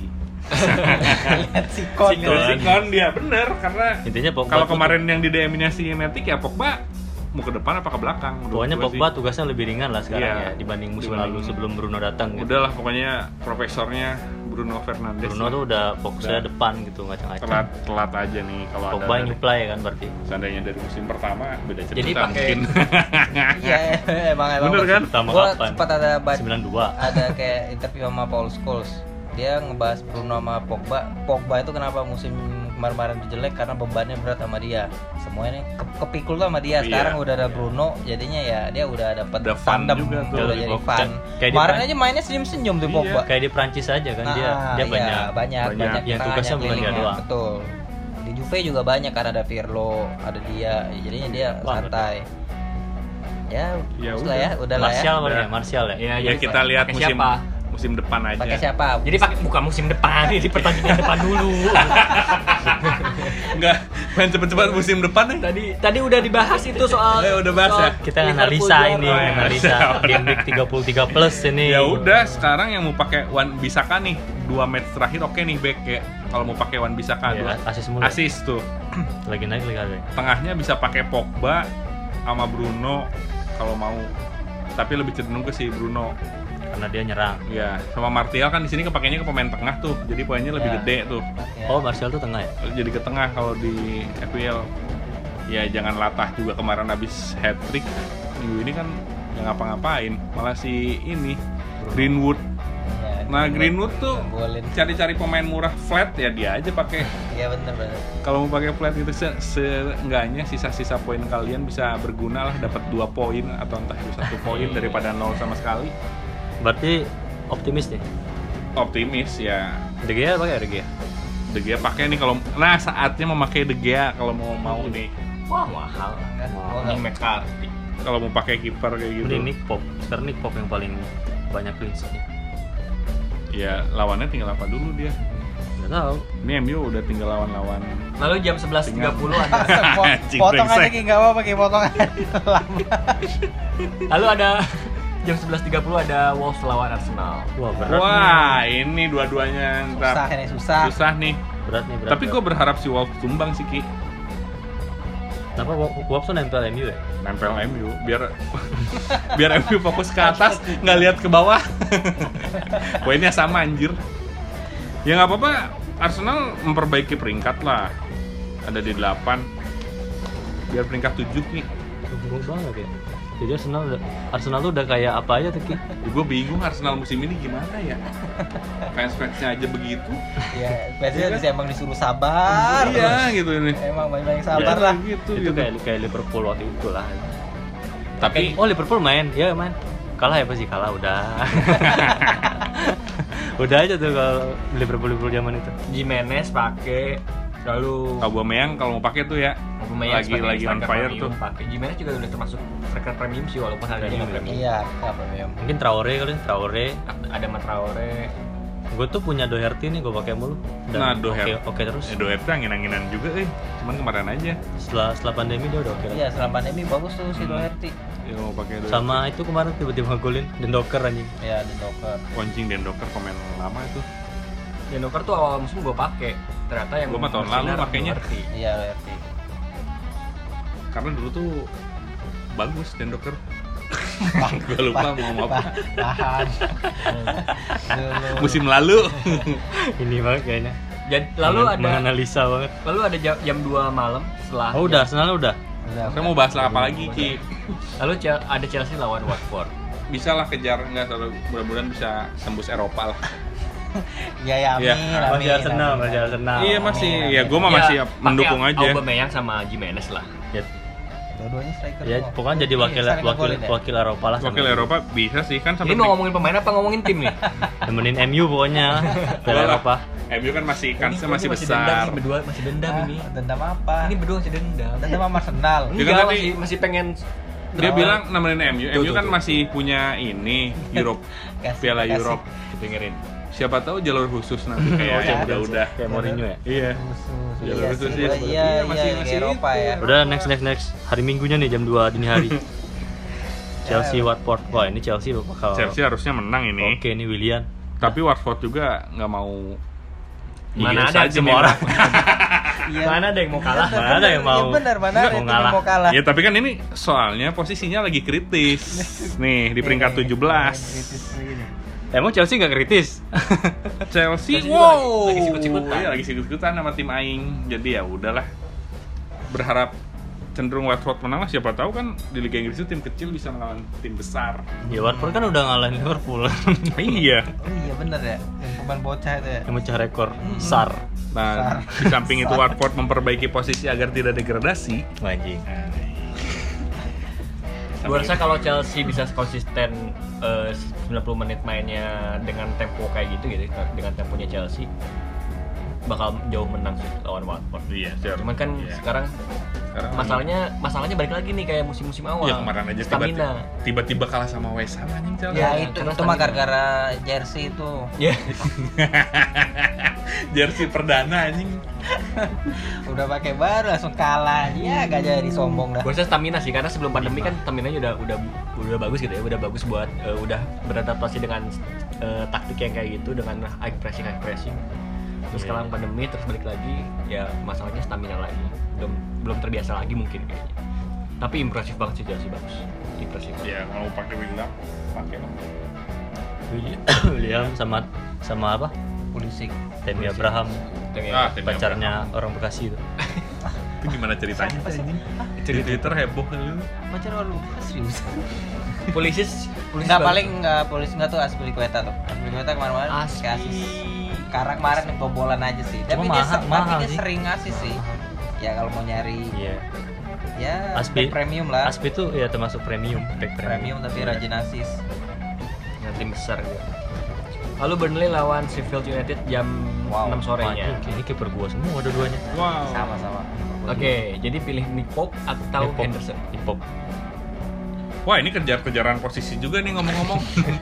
Lihat si Kon. Si ya. Kon. Si Kon dia bener karena Intinya Pogba kalau tuh- kemarin yang di D M-nya si Matic ya Pogba mau ke depan apa ke belakang. menurut Pokoknya gua Pogba sih. tugasnya lebih ringan lah sekarang Iya. ya dibanding musim Dibanding- lalu sebelum Bruno datang gitu. Udahlah pokoknya profesornya Bruno Fernandes. Bruno lah. tuh udah fokusnya Udah. depan gitu ngacang-ngacang. telat telat aja nih kalau ada Pogba yang nyuplai kan berarti. seandainya dari musim pertama beda cerita Jadi pakai- mungkin. Iya, emang emang. Bener kan? Pertama Gua kapan? sempat ada baca sembilan dua. ada kayak interview sama Paul Scholes. Dia ngebahas Bruno sama Pogba. Pogba itu kenapa musim kemarin-kemarin jelek karena bebannya berat sama dia. Semuanya ke- kepikul tuh sama dia. Iya. Sekarang udah ada Bruno, jadinya ya dia udah dapet Udah fun tandem, juga tuh. udah Lebih jadi fokus. fun. Kayak di Kemarin Pran- aja mainnya senyum-senyum tuh Iya. Pogba. Kayak di Prancis aja kan dia Nah, dia iya, banyak banyak banyak banyak yang tengahnya, tugasnya bukan dia kelilingnya. doang. Betul. Di Juve juga banyak karena ada Pirlo, ada dia. Jadinya dia Wah, santai. Ya, Ya terus udah. lah ya, udah lah ya. Martial paling Udah. ya, Martial ya. Iya, Ya jadi kita lihat pakai musim siapa? musim depan aja. Pakai siapa? Jadi pakai bukan musim depan, ini pertandingan depan dulu. Enggak, main cepet-cepet musim depan nih. Tadi tadi udah dibahas itu soal Eh, udah bahas soal ya? Kita Liverpool analisa juara. ini, Oh, iya. analisa game week tiga puluh tiga plus ini. Ya udah, sekarang yang mau pakai Wan Bisaka nih, dua match terakhir oke nih back ya. Kalau mau pakai Wan Bisaka Ya, dua asis mulu. asis tuh. Lagi naik lagi ada. Tengahnya bisa pakai Pogba sama Bruno kalau mau. Tapi lebih cenderung ke si Bruno. Karena dia nyerang. Ya, sama Martial kan di sini kepakainya ke pemmain tengah tuh. Jadi poinnya lebih Ya. gede tuh. Ya. Oh, Martial tuh tengah ya? Jadi ke tengah kalau di F P L. Ya jangan latah juga kemarin habis hat trick. Minggu ini kan nggak ngapa-ngapain, malah si ini Greenwood. Ya, Nah, Greenwood tuh bolin. cari-cari pemain murah flat ya dia aja pakai. Iya bener bener. Kalau mau pakai flat gitu se seenggaknya sisa-sisa poin kalian bisa berguna lah, dapat dua poin atau entah itu satu poin daripada nol sama sekali. Berarti optimis nih. Optimis ya. De Gea pakai De Gea. De Gea pakai nih kalau nah saatnya memakai De Gea kalau mau mau nih. Wah, mahal. Enggak, Wah, gua Ini enggak. McCarthy. Kalau mau pakai kiper kayak gitu. Ini Nick Pop. Sekarang Nick Pop yang paling banyak clean sheet. Ya lawannya tinggal apa dulu dia. Enggak tahu. Ini M U udah tinggal lawan-lawan. Lalu jam sebelas tiga puluh ada Anjing, Potong aja brengsek. Ki, enggak apa-apa Ki, potong aja. Lama. Lalu ada jam sebelas tiga puluh ada Wolves lawan Arsenal. Wah, berat. Wah, ini dua-duanya Susah ntar ini susah. susah nih. Nih. Berat nih, berat. Tapi gue berharap si Wolves tumbang sih Ki. Kenapa Watson nempel M U ya? Nempel M U biar biar M U fokus ke atas, nggak lihat ke bawah. Poinnya sama anjir. Ya nggak apa-apa, Arsenal memperbaiki peringkat lah. Ada di delapan. Biar peringkat tujuh nih. Bingung banget ya. Jadi Arsenal udah, Arsenal tuh udah kayak apa aja tuh Ki? Ya, gue bingung Arsenal musim ini gimana ya. Fans-fansnya aja begitu. Ya, biasanya yeah, emang disuruh sabar. Iya gitu ini. Emang banyak-banyak sabar Ya, lah. Gitu, Itu gitu. kayak kayak Liverpool waktu itu lah. Tapi Oh Liverpool main, ya main. Kalah ya pasti kalah udah. Udah aja tuh kalau Liverpool Liverpool zaman itu. Jimenez pakai, lalu Aubameyang kalau mau pakai tuh ya. Aubameyang lagi sebagai lagi on striker fire premium tuh. pakai. Jimenez juga udah termasuk striker premium sih walaupun harganya nggak premium. Iya, nggak premium. Mungkin Traore kali, Traore. Ada Matraore. Gue tuh punya Doherty nih, gue pakai mulu. Dan Nah, oke Doherty. oke terus. Ya Doherty angin-anginan juga eh. Cuman kemarin aja. Setelah setelah pandemi dia udah oke. lah. Iya, setelah pandemi bagus tuh si Doherty. Ya mau pakai Doherty. Sama itu kemarin tiba-tiba golin dan Docker anjing. Iya, di Docker. Anjing dan Docker pemain lama itu. Janoker tuh awal musim gue pakai. Ternyata yang Gua mah tahun lalu bersinar pakainya. Doherty. Iya, Doherty. Karena dulu tuh bagus dan Docker. Gue lupa mau ngomong apa. Tahan. Dulu. Musim lalu. Ini banget kayaknya. Jadi lalu Mengan- ada menganalisa banget. lalu ada jam, jam dua malam setelah Oh udah, Arsenal udah. Udah, Saya mau bahas apa lagi Ki? lalu Chel- ada Chelsea lawan Watford. Bisa lah kejar nggak selalu mudah-mudahan bisa tembus Eropa lah. Iya, ya, amin, Iya. amin. Masih Arsenal, amin. masih Arsenal. Iya masih, amin, ya amin. gue mah Ya, masih pakai mendukung aja. Aubameyang sama Jimenez lah. Ya, Dua-duanya striker. ya semua. pokoknya jadi Iya, wakil saling wakil ngegolin ya? wakil Eropa lah. Wakil Eropa bisa sih kan Ini sampai mau ngomongin pemain apa ngomongin tim nih? Nemenin M U pokoknya. Piala Bola. Eropa. M U kan masih kansnya Ini masih dendam besar. sih, berdua masih dendam Ah, ini. Dendam apa? Ini berdua masih dendam. Dendam sama Arsenal. Dia Enggak, kan tadi- masih masih pengen Dia Nah, bilang nemenin M U. Tuh, M U tuh, kan tuh. masih punya ini Europe, Kasih, Piala kasih. Europe. dengerin. Siapa tahu jalur khusus nanti kayak Oh, yang iya. udah-udah. Kayak Mourinho ya. Iya. Khusus. Jalur Iya, khusus sih, ya. iya, Iya, iya, masih- iya, masih Eropa itu. ya. Udah next next next hari Minggunya nih jam dua dini hari. Chelsea Watford. Wah, ini Chelsea bakal Chelsea harusnya menang ini. Oke, ini Willian. Tapi Watford juga nggak mau Mana Iya ada saja semua nih, orang. Iya. Mana ada yang mau kalah? Mana ada yang mau- Iya benar, mana Nggak ada mau yang ngalah. mau kalah. Ya tapi kan ini soalnya posisinya lagi kritis. Nih di peringkat Iya, tujuh belas. kritis begini. Emang Chelsea nggak kritis? Chelsea, Chelsea wow, juga lagi- lagi sikut-sikutan. Iya, lagi sikut-sikutan sama tim aing. Jadi ya udahlah. Berharap cenderung Watford menang lah. Siapa tahu kan di Liga Inggris itu tim kecil bisa melawan tim besar. Ya Watford kan udah ngalahin Liverpool. Iya. Oh iya benar ya. Yang pemain bocah itu ya. Yang mecah rekor S A R. Nah, di samping itu Watford memperbaiki posisi agar tidak degradasi. Anjing. Gue rasa kalau Chelsea bisa konsisten eh, sembilan puluh menit mainnya dengan tempo kayak gitu gitu, dengan temponya Chelsea bakal jauh menang sih lawan Watford. Iya, sure. Cuman kan Iya. sekarang Sekarang masalahnya masalahnya balik lagi nih kayak musim-musim awal. ya kemarin aja stamina. tiba-tiba, tiba-tiba kalah sama West Ham anjing Chelsea. Ya, Ya, itu karena itu mah stamina. gara-gara jersey itu. Ya. Jersey perdana anjing. Udah pakai baru langsung kalah. Ya gak jadi sombong dah. Gue rasa stamina sih karena sebelum pandemi kan stamina-nya udah udah udah bagus gitu ya, udah bagus buat eh, udah beradaptasi dengan eh, taktik yang kayak gitu dengan high pressing high pressing. Terus Iya. sekarang pandemi terus balik lagi ya masalahnya stamina lagi. Belum belum terbiasa lagi mungkin kayaknya. Tapi impresif banget sih Chelsea, bagus. Impresif. Ya kalau pakai William, pakai lah. William, William sama sama apa? Pulisic. Tammy Abraham, Tapi Ah, ya, Tammy pacarnya orang Bekasi itu. Itu gimana ceritanya? Di Twitter heboh kan lu. Pacar lu serius. polisi polisi Enggak bagus. paling enggak polisi enggak tuh Aspilicueta tuh. Aspilicueta kemarin-kemarin Aspi. kayak asis. Sekarang kemarin kebobolan aja sih. Tapi Cuma dia, mahal- se- mahal tapi dia sih. sering ngasih sih. Ya kalau mau nyari Iya. ya Aspi- back premium lah. Aspi itu ya termasuk premium, back Premium tapi rajin asis. Yang tim besar gitu. Lalu Burnley lawan Sheffield United jam Wow. enam sorenya. Anjing, ini kiper gua semua dua-duanya. Wow. Sama-sama. Oke, jadi pilih Nick Pope atau Hip-hop. Henderson. Hip-hop. Wah ini kejar-kejaran posisi juga nih ngomong-ngomong.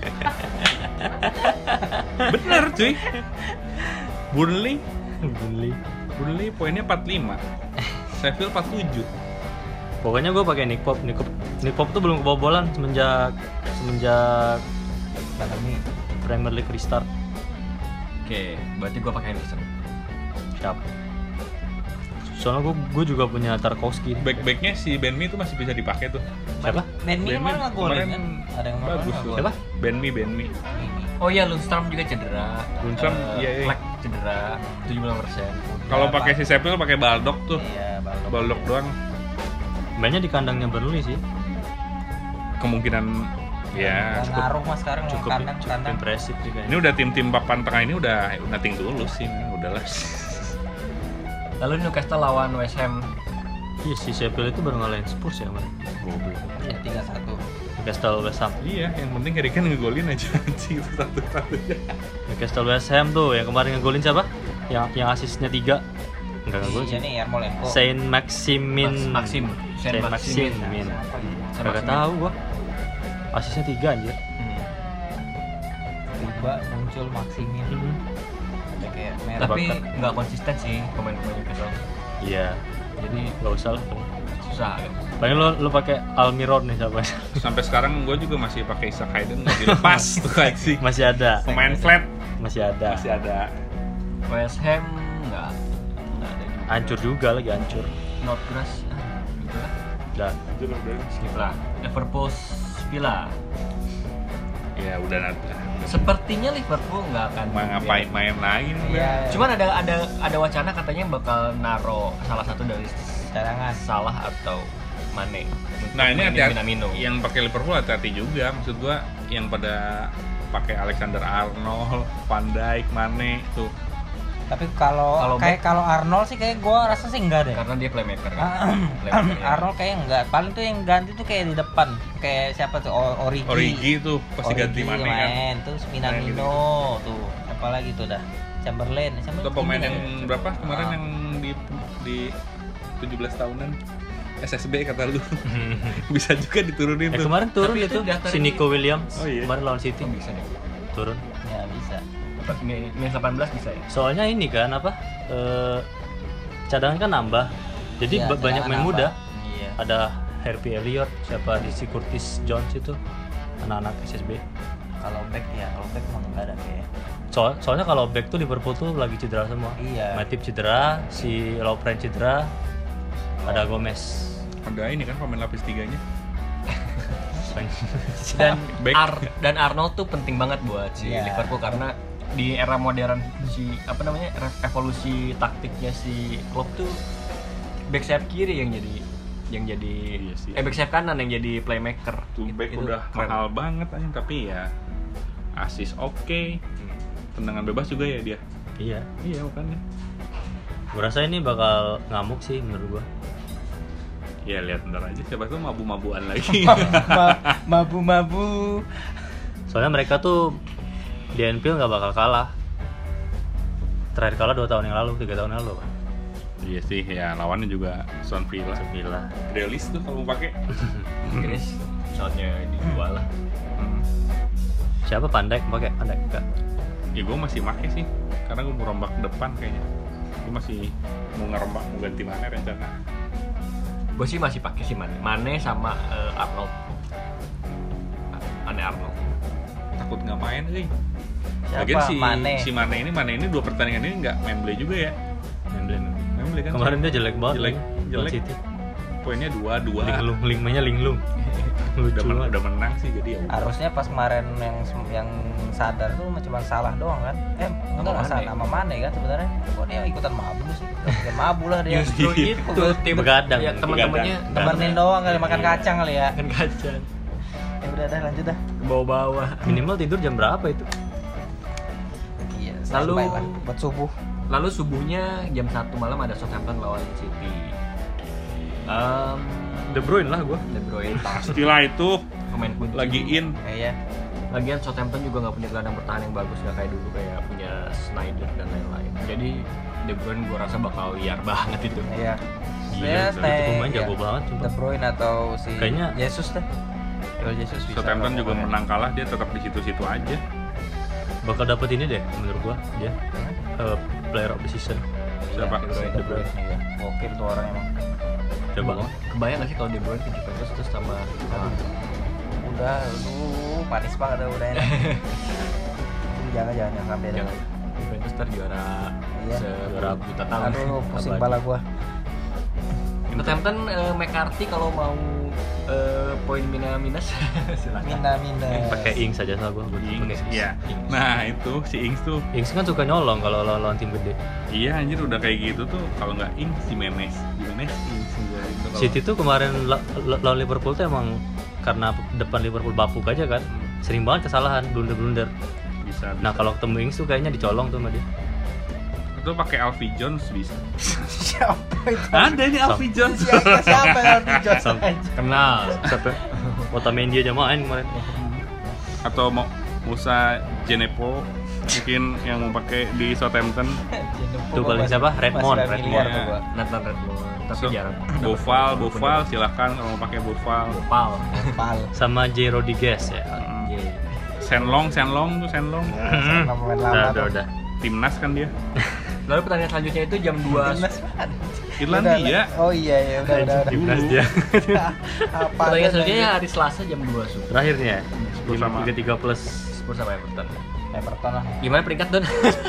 Bener cuy. Burnley, Burnley. Burnley poinnya empat puluh lima. Sheffield empat puluh tujuh. Pokoknya gua pakai Nick Pop. Nick Pop, Nick Pop tuh belum kebobolan semenjak semenjak Pandemi. Premier League restart. Oke, berarti gua pakai Henderson. Siap. Soalnya gue gue juga punya Tarkowski. Back-backnya si Benmi itu masih bisa dipakai tuh. Siapa? Benmi Benmi kemarin nggak golin kemarin kan? Ada yang bagus nggak tuh. gol. Siapa? Benmi Benmi. Oh iya, Lundstram juga cedera. Lundstram, Eh, iya, iya. Fleck cedera tujuh puluh lima persen. Kalau Ya, pakai Pak. si Sepil pakai Baldock tuh. Iya, Baldock. Baldock doang. Mainnya di kandangnya Burnley sih. Kemungkinan ya Nggak ngaruh mas sekarang Cukup kandang cukup kandang. impresif sih ini kayaknya. udah tim-tim papan tengah ini udah nothing tulus sih, udahlah. Lalu Newcastle lawan West Ham. Iya si Sheffield itu baru ngalahin Spurs ya kemarin. Goblok. Ya tiga satu. Newcastle West Ham. Iya, yang penting Harry Kane ngegolin aja sih itu satu-satunya. Newcastle West Ham tuh yang kemarin ngegolin siapa? Yang yang asisnya tiga. Enggak ngegolin Iya sih. nih Yarmolenko. Saint Maximin. Max- Maxim. Saint Saint Maximin. Maximin. Saint Gak Maximin. tahu gua. Asisnya tiga anjir. Hmm. Tiba muncul Maximin. Ada kayak merah. Tapi Bakar. nggak konsisten sih pemain-pemain Newcastle. Iya. Jadi Gak usah lah. susah kan. Paling lo lo pakai Almiron nih siapa? Sampai sekarang gue juga masih pakai Isaac Hayden nggak dilepas tuh sih. Masih ada. Pemain flat Masih ada. masih ada. West Ham nggak nggak ada juga. Hancur juga lagi hancur. Snodgrass ah, gitu lah. Dan Skip lah. Liverpool Villa. Ya udah nanti. Sepertinya Liverpool nggak akan Mau ngapain main lagi nih? Iya. Cuman ada ada ada wacana katanya bakal naro salah satu dari cadangan. Salah atau Mane. untuk Nah ini mainin hati-hati Minamino. yang pakai Liverpool hati-hati juga. Maksud gua yang pada pakai Alexander Arnold, Van Dijk, Mane tuh. Tapi kalau Kalau kayak kalau Arnold sih kayak gua rasa sih enggak deh. Karena dia playmaker kan. Ah, Playmaker, ya. Arnold kayak enggak. Paling tuh yang ganti tuh kayak di depan. Kayak siapa tuh? O- Origi. Origi tuh pasti ganti Origi Mane kan. main. Terus Minamino tuh. Apa lagi tuh dah? Chamberlain. Chamberlain Atau pemain ini yang ya? berapa kemarin Ah. yang di di tujuh belas tahunan S S B kata lu. Bisa juga diturunin Eh tuh. kemarin turun Tapi itu itu daftar si ini- Nico Williams. Oh, iya. Kemarin lawan City Itu bisa deh. turun. Ya bisa. Mi- Minus delapan belas bisa ya. Soalnya ini kan apa? Eh, cadangan kan nambah. Jadi Iya, ba- banyak cadangan main nambah. muda. Iya. Ada Harvey Elliott, siapa di si Curtis Jones itu, anak-anak S S B. Kalau back ya, kalau back emang enggak ada kayaknya. Soal, soalnya kalau back tuh Liverpool tuh lagi cedera semua. Iya. Matip cedera, si Lovren cedera, ada Gomez. Ada ini kan pemain lapis tiganya. Dan Back. Ar dan Arnold tuh penting banget buat si Iya. Liverpool karena di era modern si apa namanya re- evolusi taktiknya si Klopp tuh back sayap kiri yang jadi yang jadi Iya sih. eh back sayap kanan yang jadi playmaker. Tuh Itu- back itu udah keren. mahal banget aja tapi ya asis oke. Tendangan bebas juga ya dia. Iya, Iya makanya. gue rasa ini bakal ngamuk sih menurut gua. Ya lihat ntar aja siapa tuh mabu-mabuan lagi. Ma- Mabu-mabu. Soalnya mereka tuh di Anfield nggak bakal kalah. Terakhir kalah dua tahun yang lalu, tiga tahun yang lalu kan. Iya sih, ya lawannya juga Aston Villa. Villa. Grealish tuh kalau mau pakai. Inggris soalnya dijual lah. Hmm. Siapa Pandai pakai Pandai enggak? Ya gue masih pakai sih, karena gue mau rombak depan kayaknya. Gue masih mau ngerombak mau ganti mana rencana. Gue sih masih pakai si Mane, Mane sama eh, Arnold. Mane Arnold. Takut nggak main sih. Siapa? Lagian si Mane. si Mane ini Mane ini dua pertandingan ini nggak main play juga ya. Memblem. Main play kan. Kemarin dia jelek banget. Jelek, lagi, lawan jelek. City. Poinnya dua dua. Linglung, lingmanya linglung. Lucu Udah, men- banget. udah menang sih jadi ya. udah. Harusnya pas kemarin yang yang sadar tuh cuma salah doang kan? Eh enggak Mane. salah sama Mane kan sebenarnya. Kok dia ikutan mabu sih? Ikutan mabu lah dia. Justru itu tim Begadang. ya, teman-temannya Temenin doang kali makan kacang kali ya. kan kacang Ya udah dah lanjut dah. ke bawah-bawah. Minimal tidur jam berapa itu? Iya. Lalu- standby lah buat subuh. Lalu subuhnya jam satu malam ada Southampton lawan City. Um, De Bruyne lah gua. De Bruyne Pastilah itu pemain kunci. lagi in. Iya. Lagian Southampton juga nggak punya gelandang bertahan yang bagus, nggak kayak dulu kayak punya Snyder dan lain-lain. Jadi De Bruyne gua rasa bakal liar banget itu. Iya. Gila, Saya itu stay pemain ya, jago banget De sumpah. Bruyne atau si Kayaknya- Jesus deh. Joel Jesus bisa. Southampton kalau juga mau main. menang kalah dia tetap di situ-situ aja. Bakal dapet ini deh menurut gua dia eh, player of the season. Siapa? Iya, De Bruyne. De Bruyne. Iya. Oke tuh orang emang. Coba. Kebayang nggak sih kalau De Bruyne ke Juventus terus sama Aduh. Udah, aduh, manis banget dah udah enak. jangan jangan jangan sampai ada. jangan Juventus ntar juara Iya. juara juta tahun. Aduh, pusing Abadi. kepala gua. Southampton uh, McCarthy kalau mau uh, poin mina minus silakan. Mina Mina. Pakai ink saja sama gua. Ings, iya. Nah itu si Ings tuh, Ings kan suka nyolong kalau lawan tim gede. iya anjir udah kayak gitu tuh kalau nggak Ings Jimenez, Jimenez Ings juga itu. kalau- City tuh kemarin la- la- lawan Liverpool tuh emang karena depan Liverpool bapuk aja kan. Sering banget kesalahan, blunder-blunder. bisa. Nah, kalau ketemu Ings tuh kayaknya dicolong tuh sama dia. itu pakai Alfie Jones bisa. Siapa itu? Ada ini Alfie Jones. Siapa siapa yang harus dijudge Sam- aja? Kenal. Siapa? Otamendi aja main kemarin. Atau mau Musa Jenepo mungkin yang mau pakai di Southampton. Tuh paling siapa? Redmond, Masih Redmond. familiar tuh gua. Nathan Redmond. Tapi So, jarang. Boval, Boval silakan kalau mau pakai Boval. Pal. Pal. Sama J Rodriguez ya. Iya. Senlong, Senlong tuh Senlong. Hmm. Pemain Udah, lama udah, tuh. udah. Timnas kan dia. Lalu pertanyaan selanjutnya itu jam dua. Timnas mana? Irlandia. Oh iya ya udah udah udah. Timnas dia. Apa? Pertanyaan selanjutnya hari Selasa jam dua subuh. Terakhir nih ya. Spurs sama- tiga tiga plus. Spurs sama Everton. Everton lah. Gimana peringkat Don?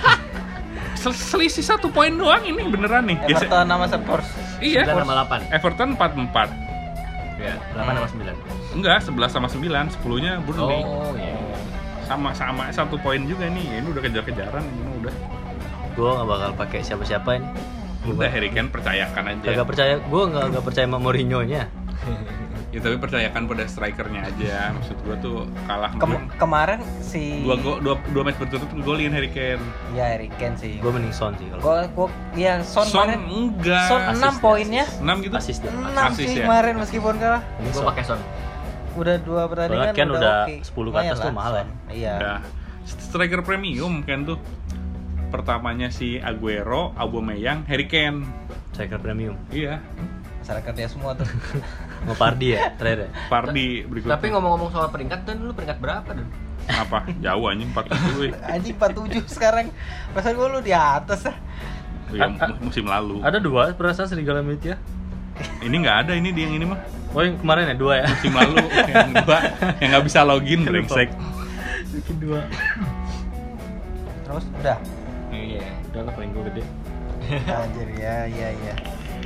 Sel- Selisih satu poin doang ini beneran nih. Geser- Everton sama Spurs. Iya. sembilan sama delapan. Everton empat empat. Ya, delapan sama sembilan. Enggak, sebelas sama sembilan, sepuluh-nya Burnley. Oh, iya. Sama-sama satu poin juga nih. Ya, ini udah kejar-kejaran ini udah. Gue nggak bakal pakai siapa-siapa ini. Udah Harry Kane percayakan aja. Gak percaya, gue nggak nggak percaya sama Mourinho-nya. Ya tapi percayakan pada strikernya aja. Maksud gua tuh kalah Kem- menang. kemarin si dua go, dua, dua match berturut ngegolin Harry Kane. ya Harry Kane sih. Gue mending Son sih kalau. Gua gua ya Son, Son kemarin enggak. Son Assist enam dia, poinnya. enam gitu. Asis dia. enam Asis sih ya? kemarin meskipun kalah. Mending Gue Son. pakai Son. Udah dua pertandingan Soalnya Ken udah oke. sepuluh ke Lumayan atas tuh lah, mahal ya. Son. Iya. Udah striker premium kan tuh. Pertamanya si Aguero, Aubameyang, Harry Kane. Striker premium. Iya. Masyarakat dia semua tuh. Mau Pardi ya terakhir ya. Pardi berikutnya. Tapi ngomong-ngomong soal peringkat Don, lu peringkat berapa Don? apa? Jauh anjing empat puluh. Anjing empat puluh tujuh sekarang. Perasaan gua lu di atas ah. Ya, mu- musim lalu. Ada dua perasaan Serigala Media. Ini nggak ada ini di yang ini mah. Oh yang kemarin ya dua ya. Musim lalu yang dua yang nggak bisa login brengsek. Bikin dua. Terus udah. Iya. Udah lah paling gue gede. Anjir ya iya iya.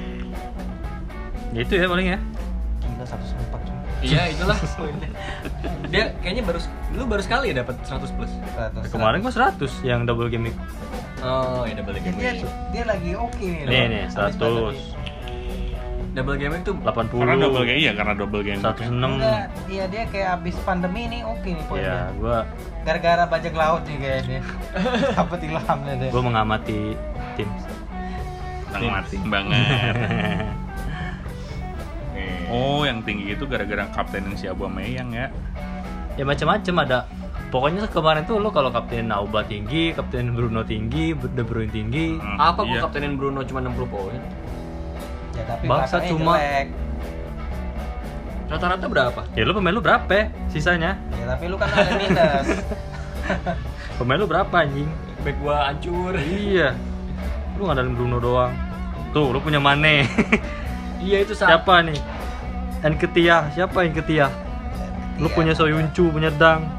Ya itu ya paling ya. Gila seratus empat cuma. Iya, itulah poinnya. Dia kayaknya baru lu baru sekali ya dapat seratus plus. seratus. Kemarin gua seratus yang double game week. Oh, ya double Ya, game dia, week. dia lagi oke nih. Nih loh. nih Habis seratus, pandemi. Double game week tuh delapan puluh. Karena double game iya karena double game. seratus enam. Enggak, iya dia kayak abis pandemi nih oke nih poinnya. Ya, gua Gara-gara bajak laut nih kayaknya. Dapat ilhamnya deh. gua mengamati tim. Bang mati banget. Oh, yang tinggi itu gara-gara kaptenin si Aubameyang ya. Ya macam-macam ada. Pokoknya kemarin tuh lo kalau kapten Auba tinggi, kapten Bruno tinggi, De Bruyne tinggi. Hmm, apa iya. gua kaptenin Bruno cuma enam puluh poin? Ya tapi Bangsa belakangnya cuma- jelek. Rata-rata berapa? Ya lo pemain lu berapa ya, sisanya? Ya tapi lu kan ada minus. Pemain lu berapa anjing? Back gua hancur. Iya. Lu ngandalin Bruno doang. Tuh, lu punya Mane. Iya itu sama. Siapa nih? Nketiah, siapa Nketiah? Lu Iya. punya Soyuncu, punya Dang.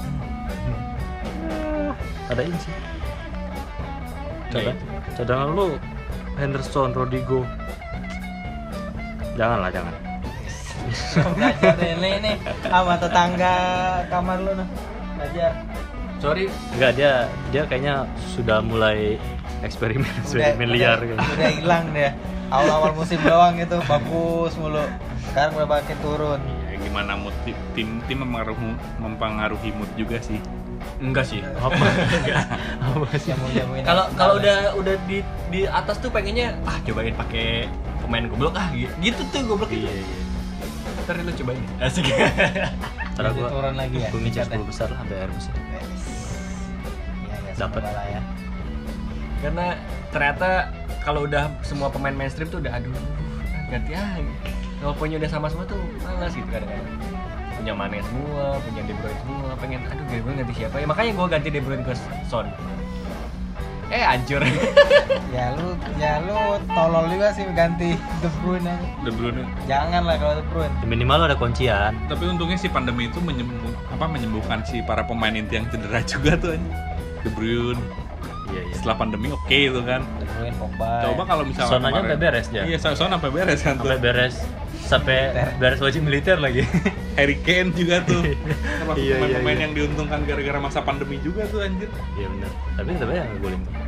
Ada ini sih. Cadang, cadangan lu Henderson, Rodrigo. Janganlah, jangan. Belajar deh ini nih sama tetangga kamar lu nah. Belajar. Sorry, Enggak, dia dia kayaknya sudah mulai eksperimen eksperimen liar udah, kayaknya. udah hilang deh. Awal-awal musim doang itu bagus mulu. Sekarang udah makin turun. Ya, gimana mood ti- tim tim mempengaruhi mempengaruhi mood juga sih. enggak sih. Apa? Apa sih? Jamu-jamuin Kalau Arsenal kalau ya. udah udah di di atas tuh pengennya ah cobain pakai pemain goblok ah gitu, gitu tuh goblok itu. Iya, iya. Ntar lu cobain. Asik. Ntar Jadi gua turun lagi ya. gua ngincar tingkatnya. sepuluh besar lah sampai air musim. Iya, iya, Dapet. semoga lah ya. Karena ternyata kalau udah semua pemain mainstream tuh udah aduh ganti ah. Kalau punya udah sama semua tuh malas gitu kadang-kadang. Punya Mane semua, punya De Bruyne semua, pengen aduh De Bruyne ganti siapa ya? Makanya gue ganti De Bruyne ke Son. Eh hancur. Ya lu ya lu tolol juga sih ganti De Bruyne aja. De Bruyne. Jangan lah kalau De Bruyne. Ya, minimal lu ada kuncian. Tapi untungnya si pandemi itu menyembuh, apa menyembuhkan si para pemain inti yang cedera juga tuh anjing. De Bruyne. Iya, iya. Setelah pandemi oke itu kan. De Bruyne, Pogba. Coba kalau misalnya Sonanya sampai beres ya. Iya, Son Son sampai beres kan tuh. Sampai beres sampai beres wajib militer lagi. Harry Kane juga tuh. Termasuk Iya, iya, pemain-pemain iya. yang diuntungkan gara-gara masa pandemi juga tuh anjir. Iya benar. Tapi tetap aja ngegolin tuh.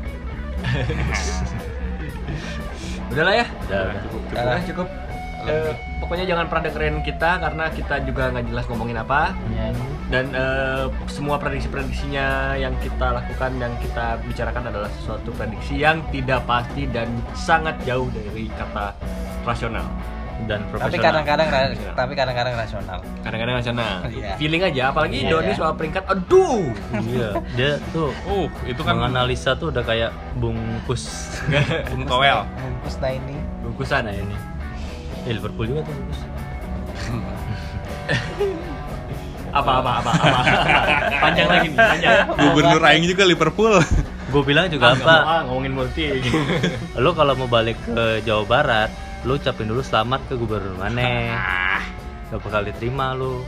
Udahlah ya. Udah, udah. Cukup, cukup. Udah cukup. Eh, pokoknya jangan pernah dengerin kita karena kita juga nggak jelas ngomongin apa. Dan eh, semua prediksi-prediksinya yang kita lakukan dan kita bicarakan adalah sesuatu prediksi yang tidak pasti dan sangat jauh dari kata rasional. Dan Tapi profesional. kadang-kadang ra- tapi kadang-kadang rasional. Kadang-kadang rasional. Iya. Feeling aja, apalagi Iya, Doni iya. soal peringkat. Aduh. Iya, dia tuh Uh, itu kan menganalisa tuh udah kayak bungkus. Bung Toel. Bungkus nah ini. Bungkusan Nah ini. Eh, Liverpool juga tuh bungkus. apa apa apa apa. Panjang lagi nih, panjang. Gubernur aing juga Liverpool. Gue bilang juga Ah, nggak mau, apa? ah, ngomongin multi. Lu kalau mau balik ke Jawa Barat, lu ucapin dulu selamat ke gubernur maneh. Gak bakal diterima lu.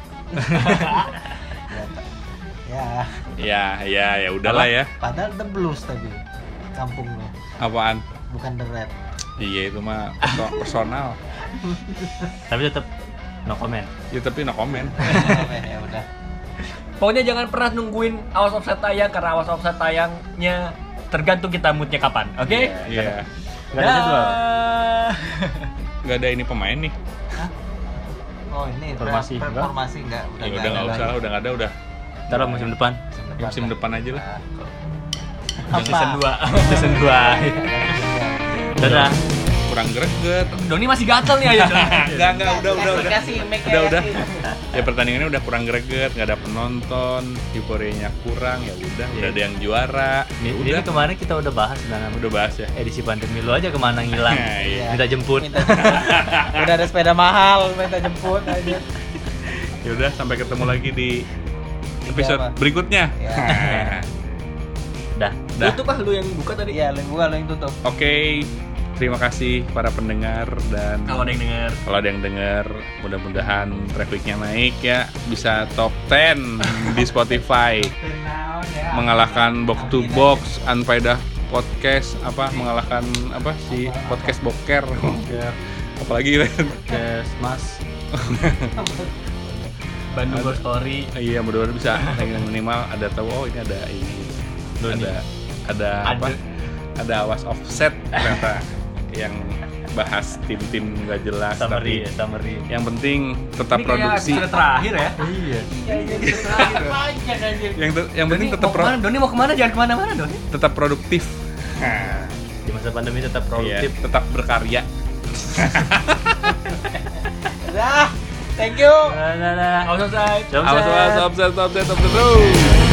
Ya. Ya, ya, ya udahlah ya. Padahal The Blues tapi kampung lo, Apaan? bukan The Red. Iya itu mah perso- personal. Tapi tetap no comment. Ya tapi no comment. Ya udah. Pokoknya jangan pernah nungguin awas offside tayang karena awas offside tayangnya tergantung kita moodnya kapan, oke? Iya. Gak ada jadwal. Dah. Gak ada ini pemain nih. Oh ini Formasi, pre- enggak? formasi enggak udah Ya udah nggak usah lah, udah nggak ada udah. Ntar lah musim depan. Ya, musim depan aja lah. Yang season dua. Season dua. Dadah. Kurang greget. Doni masih gatel nih aja. Enggak, enggak, udah, udah, udah. Kasih mic Udah, udah. Ya pertandingannya udah kurang greget, nggak ada penonton, euforianya kurang, ya udah, udah ada yang juara. Ya Ini, ini udah, kemarin kita udah bahas sebenarnya. udah bahas ya. Edisi pandemi lu aja kemana ngilang. Iya. Minta jemput. Minta jemput. Udah ada sepeda mahal, minta jemput aja. Ya udah, sampai ketemu lagi di episode apa? berikutnya. Ya. Dah. Dah. Tutup ah lu yang buka tadi. Iya, lu yang buka, lu yang tutup. Oke, terima kasih para pendengar dan Kalau ada yang denger. kalau ada yang dengar, mudah-mudahan trafficnya naik ya, bisa top sepuluh di Spotify, mengalahkan Box to Box, Unfaedah Podcast, apa mengalahkan apa si podcast boker, apalagi kan? Yes, Mas. Bandung Ghost Story. Iya, mudah-mudahan bisa yang minimal ada tahu oh ini ada ini, ada ada apa? Ada awas offset ternyata yang bahas tim-tim gak jelas Summary, tapi summary. yang penting tetap Ini kayak produksi. episode terakhir ya. Iya. Panjang anjir. Yang te- yang penting Doni tetap mau pro- kemana? Doni mau kemana? Jangan kemana-mana Doni. tetap produktif. Di masa pandemi tetap Iya, produktif. tetap berkarya. Dah. Thank you. Dah, dah, dah. Awas offside. Jam Awas set. awas, offset, offset, offset terus.